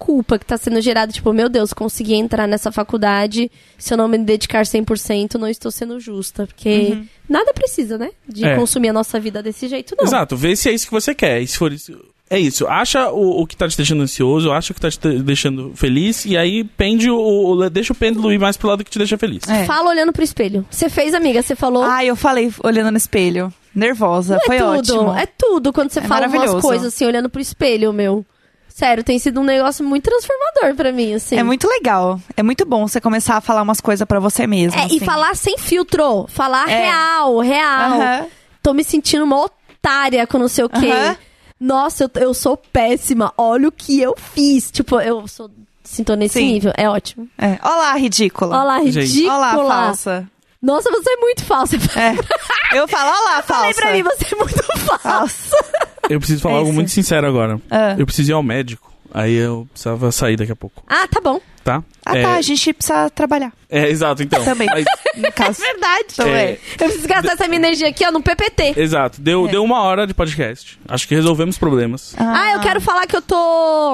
culpa que tá sendo gerada. Tipo, meu Deus, consegui entrar nessa faculdade. Se eu não me dedicar 100%, não estou sendo justa. Porque nada precisa, né? De consumir a nossa vida desse jeito, não. Exato. Vê se é isso que você quer. E se for isso... É isso. Acha o que tá te deixando ansioso, acha o que tá te deixando feliz, e aí deixa o pêndulo ir mais pro lado que te deixa feliz. Fala olhando pro espelho. Você fez, amiga? Você falou... Eu falei olhando no espelho. Nervosa. Não, foi ótimo. É tudo quando você fala umas coisas assim, olhando pro espelho, meu. Sério, tem sido um negócio muito transformador pra mim, assim. É muito legal. É muito bom você começar a falar umas coisas pra você mesmo. Assim. E falar sem filtro. Falar real. Tô me sentindo uma otária com não sei o quê. Nossa, eu sou péssima. Olha o que eu fiz. Tipo, sinto nesse nível. É ótimo. Olá, ridícula. Olá, ridícula. Olá, falsa. Nossa, você é muito falsa. Eu falo, olá, falsa. Falei pra mim, você é muito falsa. Eu preciso falar algo muito sincero agora. Eu preciso ir ao médico. Aí eu precisava sair daqui a pouco. Tá bom. Tá? A gente precisa trabalhar. Exato, então. Também. Mas, no caso. É verdade. Também. Eu preciso gastar essa minha energia aqui, no PPT. Exato. Deu 1 hora de podcast. Acho que resolvemos problemas. Eu quero falar que eu tô...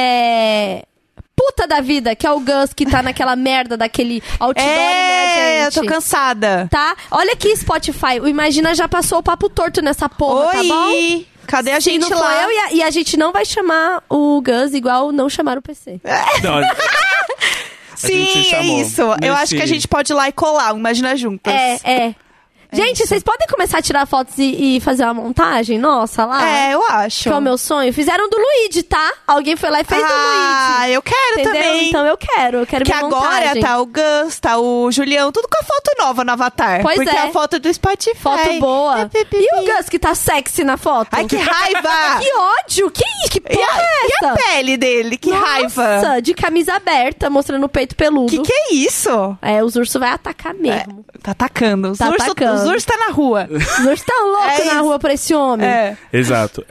puta da vida, que é o Gus, que tá naquela merda daquele outdoor, né, gente? Eu tô cansada. Tá? Olha aqui, Spotify. O Imagina já passou o papo torto nessa porra, tá bom? Cadê a gente não lá? Foi eu e a gente não vai chamar o Gus igual não chamaram o PC. Não, sim, é isso. Eu acho que a gente pode ir lá e colar, Imagina juntas. Gente, vocês podem começar a tirar fotos e fazer uma montagem nossa lá? Eu acho. Que é o meu sonho. Fizeram do Luigi, tá? Alguém foi lá e fez do Luigi. Eu quero entendeu? também. Então eu quero que minha agora montagem. Tá o Gus, tá o Julião, tudo com a foto nova no Avatar. Pois porque é a foto do Spotify. Foto boa. E o Gus que tá sexy na foto? Ai, que raiva! Que ódio! Que porra é essa? E a pele dele? Que raiva! Nossa, de camisa aberta, mostrando o peito peludo. Que é isso? Os ursos vai atacar mesmo. Tá atacando. Os ursos tá na rua. Os ursos tá louco na rua pra esse homem. Exato.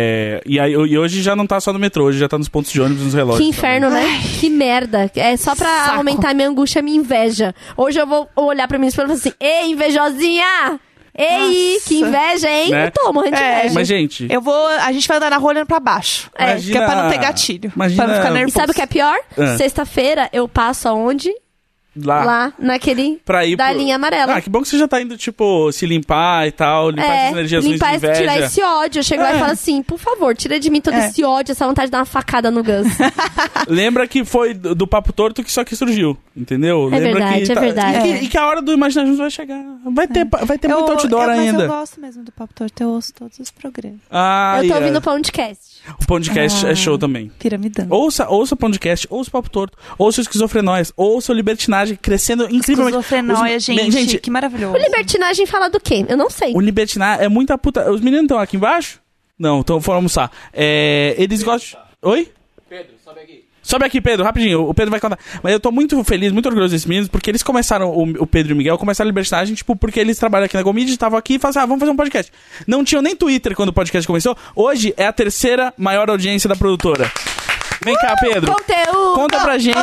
E hoje já não tá só no metrô, hoje já tá nos pontos de ônibus, nos relógios. Que inferno, né? Que merda. É só pra aumentar minha angústia, minha inveja. Hoje eu vou olhar pra mim e falar assim, ei, invejosinha! Ei, que inveja, hein? Né? Eu tô morrendo de inveja. Mas, gente... A gente vai andar na rua olhando pra baixo. Imagina, que é pra não ter gatilho. Imagina... Pra não ficar nervoso. E sabe o que é pior? Sexta-feira eu passo aonde? Lá, naquele da linha amarela. Que bom que você já tá indo, tipo, se limpar e tal, limpar essas energias ruins de inveja. Tirar esse ódio. Eu chego lá e falo assim, por favor, tira de mim todo esse ódio, essa vontade de dar uma facada no Gus. Lembra que foi do papo torto que isso aqui surgiu, entendeu? É verdade. E que a hora do Imaginar Juntos vai chegar. Vai ter muito outdoor ainda. Mas eu gosto mesmo do papo torto, eu ouço todos os programas. Eu tô ouvindo o podcast. O podcast é show também. Piramidão. Ouça o podcast, ouça o papo torto, ouça o Esquizofrenóias, ouça o Libertinagem crescendo incrivelmente. Esquizofrenóia, gente, que maravilhoso. O Libertinagem fala do quê? Eu não sei. O Libertinagem é muita puta... Os meninos estão aqui embaixo? Não, foram almoçar. Eles gostam... Oi? Pedro, sobe aqui. Sobe aqui, Pedro, rapidinho. O Pedro vai contar. Mas eu tô muito feliz, muito orgulhoso desses meninos, porque eles começaram, o Pedro e o Miguel, começaram a Libertinagem, tipo, porque eles trabalham aqui na Gomid, estavam aqui e falaram assim, vamos fazer um podcast. Não tinham nem Twitter quando o podcast começou. Hoje é a 3ª maior audiência da produtora. Vem cá, Pedro. Conteúdo! Conta pra gente.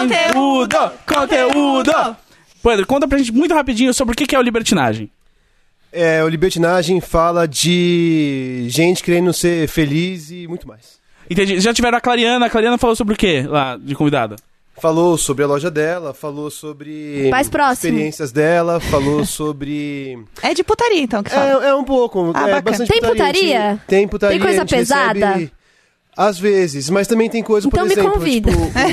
Conteúdo! Pedro, conta pra gente muito rapidinho sobre o que é o Libertinagem. O Libertinagem fala de gente querendo ser feliz e muito mais. Entendi. Já tiveram a Clariana falou sobre o quê lá, de convidada? Falou sobre a loja dela, falou sobre experiências dela, falou sobre... É de putaria, então, que fala. É um pouco. Bastante Tem putaria? Tem putaria. Tem coisa pesada? Recebe, às vezes, mas também tem coisa, então por exemplo... me convida.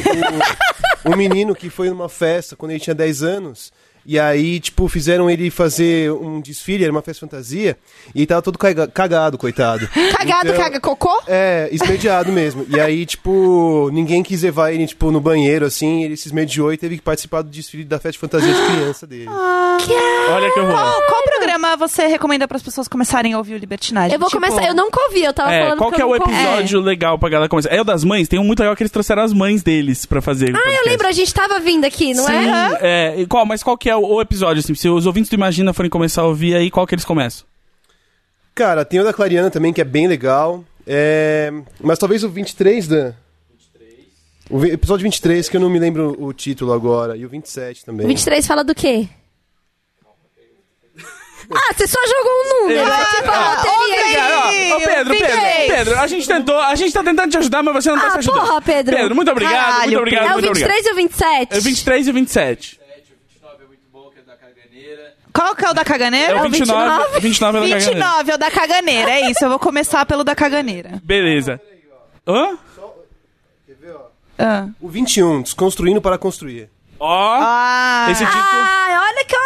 Um menino que foi numa festa quando ele tinha 10 anos... E aí, tipo, fizeram ele fazer um desfile, era uma festa fantasia, e ele tava todo cagado, coitado. Cagado, então, caga cocô? Esmediado mesmo. E aí, tipo, ninguém quis levar ele, tipo, no banheiro, assim, ele se esmediou e teve que participar do desfile da festa de fantasia de criança dele. Olha que horror. Qual programa você recomenda para as pessoas começarem a ouvir o Libertinagem? Eu vou começar, eu nunca ouvi, eu tava falando qual que é o episódio legal pra galera começar? É o das mães? Tem um muito legal que eles trouxeram as mães deles pra fazer. Eu lembro, a gente tava vindo aqui, não é? Mas qual que é o episódio, assim? Se os ouvintes do Imagina forem começar a ouvir, aí qual que eles começam? Cara, tem o da Clariana também, que é bem legal. Mas talvez o 23 da... O episódio 23, que eu não me lembro o título agora. E o 27 também. O 23 fala do quê? Você só jogou um número. Ô, Pedro. Pedro, a gente tá tentando te ajudar, mas você não tá se ajudando. Porra, Pedro. Pedro, muito obrigado, Caralho, muito obrigado. É o 23 e o 27? É o 23 e o 27. Qual que é o da caganeira? É o 29. 29 é o da caganeira. 29 é o da caganeira, é isso. Eu vou começar pelo da caganeira. Beleza. Hã? Quer ver, ó? O 21, desconstruindo para construir. Ó, esse título... Ai, olha que...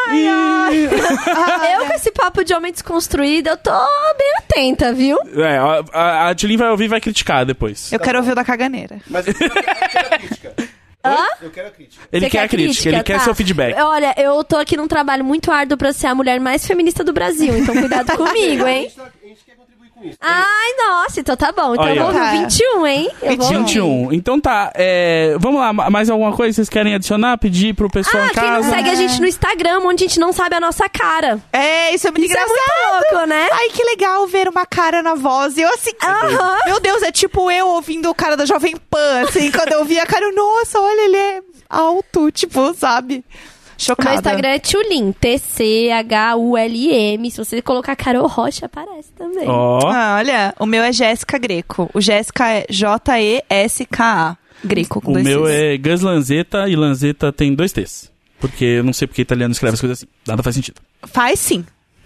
Eu com esse papo de homem desconstruído, eu tô bem atenta, viu? A Tilly vai ouvir e vai criticar depois. Eu quero ouvir o da caganeira. Mas eu quero a crítica. Eu quero a crítica. Ele Você quer a crítica, ele quer seu feedback. Olha, eu tô aqui num trabalho muito árduo pra ser a mulher mais feminista do Brasil, então cuidado comigo, hein? A gente quer contribuir com isso. Ai, nossa, então tá bom. Então Olha. eu vou ouvir o 21, hein? Eu vou ouvir. 21. Então tá, vamos lá, mais alguma coisa que vocês querem adicionar? Pedir pro pessoal em Quem não casa? segue a gente no Instagram, onde a gente não sabe a nossa cara. É, isso é muito Isso é engraçado. muito louco, né? Ai, que legal ver uma cara na voz. E eu assim, meu Deus, é tipo eu ouvindo o cara da Jovem Pan, assim, quando eu vi a cara, nossa, olha, ele é alto, tipo, sabe? Chocada. O meu Instagram é Tchulin, TCHULM. Se você colocar Carol Rocha, aparece também. Ó. Olha, o meu é Jéssica Greco. O Jéssica é Jeska Greco, com O dois meu Cs. é Gus Lanzetta e Lanzetta tem 2 T's. Porque eu não sei porque italiano escreve as coisas assim. Nada faz sentido. Faz sim.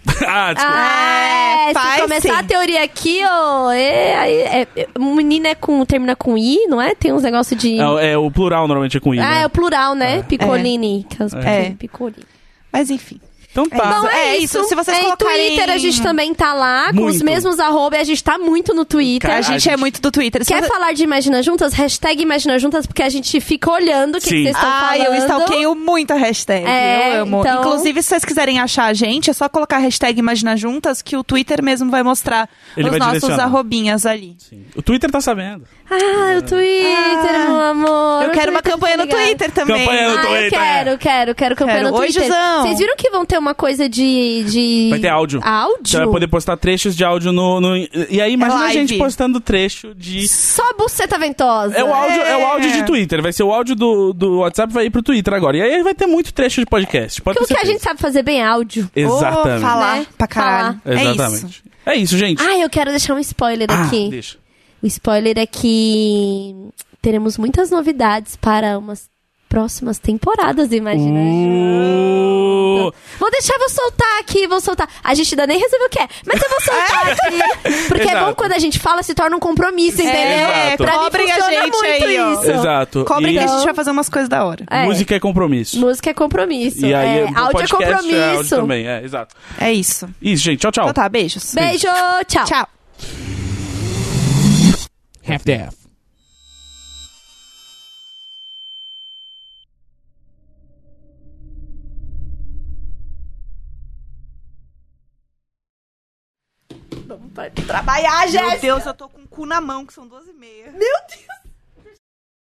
Desculpa. Se faz começar sim. a teoria aqui, ó, menina termina com I, não é? Tem uns negócios de... O plural normalmente é com I, né? é o plural, né? Piccolini. Piccolini. Mas enfim. Então tá. Bom, é isso. Se vocês Em colocarem... Twitter a gente também tá lá, com os Muito. mesmos arroba, e a gente tá muito no Twitter. A gente é muito do Twitter. Se Quer você- falar de Imagina Juntas? Hashtag Imagina Juntas, porque a gente fica olhando o que Sim. vocês estão falando. eu stalkeio muito a hashtag. É, Eu amo. então- Inclusive, se vocês quiserem achar a gente, é só colocar a hashtag Imagina Juntas, que o Twitter mesmo vai mostrar Ele os vai nossos direcionar. arrobinhas ali. Sim. O Twitter tá sabendo. O Twitter, meu amor. Eu o quero uma Twitter, campanha tá no ligado? Twitter também. Campanha no Twitter. Eu quero campanha Quero. no Oi, Twitter. Jusão. Vocês viram que vão ter uma coisa de... Vai ter áudio. Você Áudio? vai poder postar trechos de áudio no... E aí, imagina a live. gente postando trecho de... Só buceta ventosa. É o áudio de Twitter. Vai ser o áudio do WhatsApp, vai ir pro Twitter agora. E aí vai ter muito trecho de podcast. Pode Porque ter o que a certeza. gente sabe fazer bem é áudio. Exatamente. Falar Né? pra caralho. Falar. É isso. Exatamente. É isso, gente. Eu quero deixar um spoiler aqui. Deixa. O spoiler é que teremos muitas novidades para umas próximas temporadas do Imagina Juntas. Vou soltar aqui. A gente ainda nem resolveu o que é, mas eu vou soltar aqui. Porque é Exato. bom quando a gente fala, se torna um compromisso, entendeu? exato. Pra mim Cobrem a funciona gente muito aí, ó. isso. Exato. Cobrem E que a gente vai fazer umas coisas da hora. É. música é compromisso. Música é compromisso. E aí, o áudio é podcast compromisso. é áudio também. Exato. É isso. Isso, gente. Tchau, tchau. Então tá, beijos. Beijo, tchau. Tchau. Half-Death. Trabalhar, Jéssica. Meu Deus, eu tô com o cu na mão, que são 12h30. Meu Deus.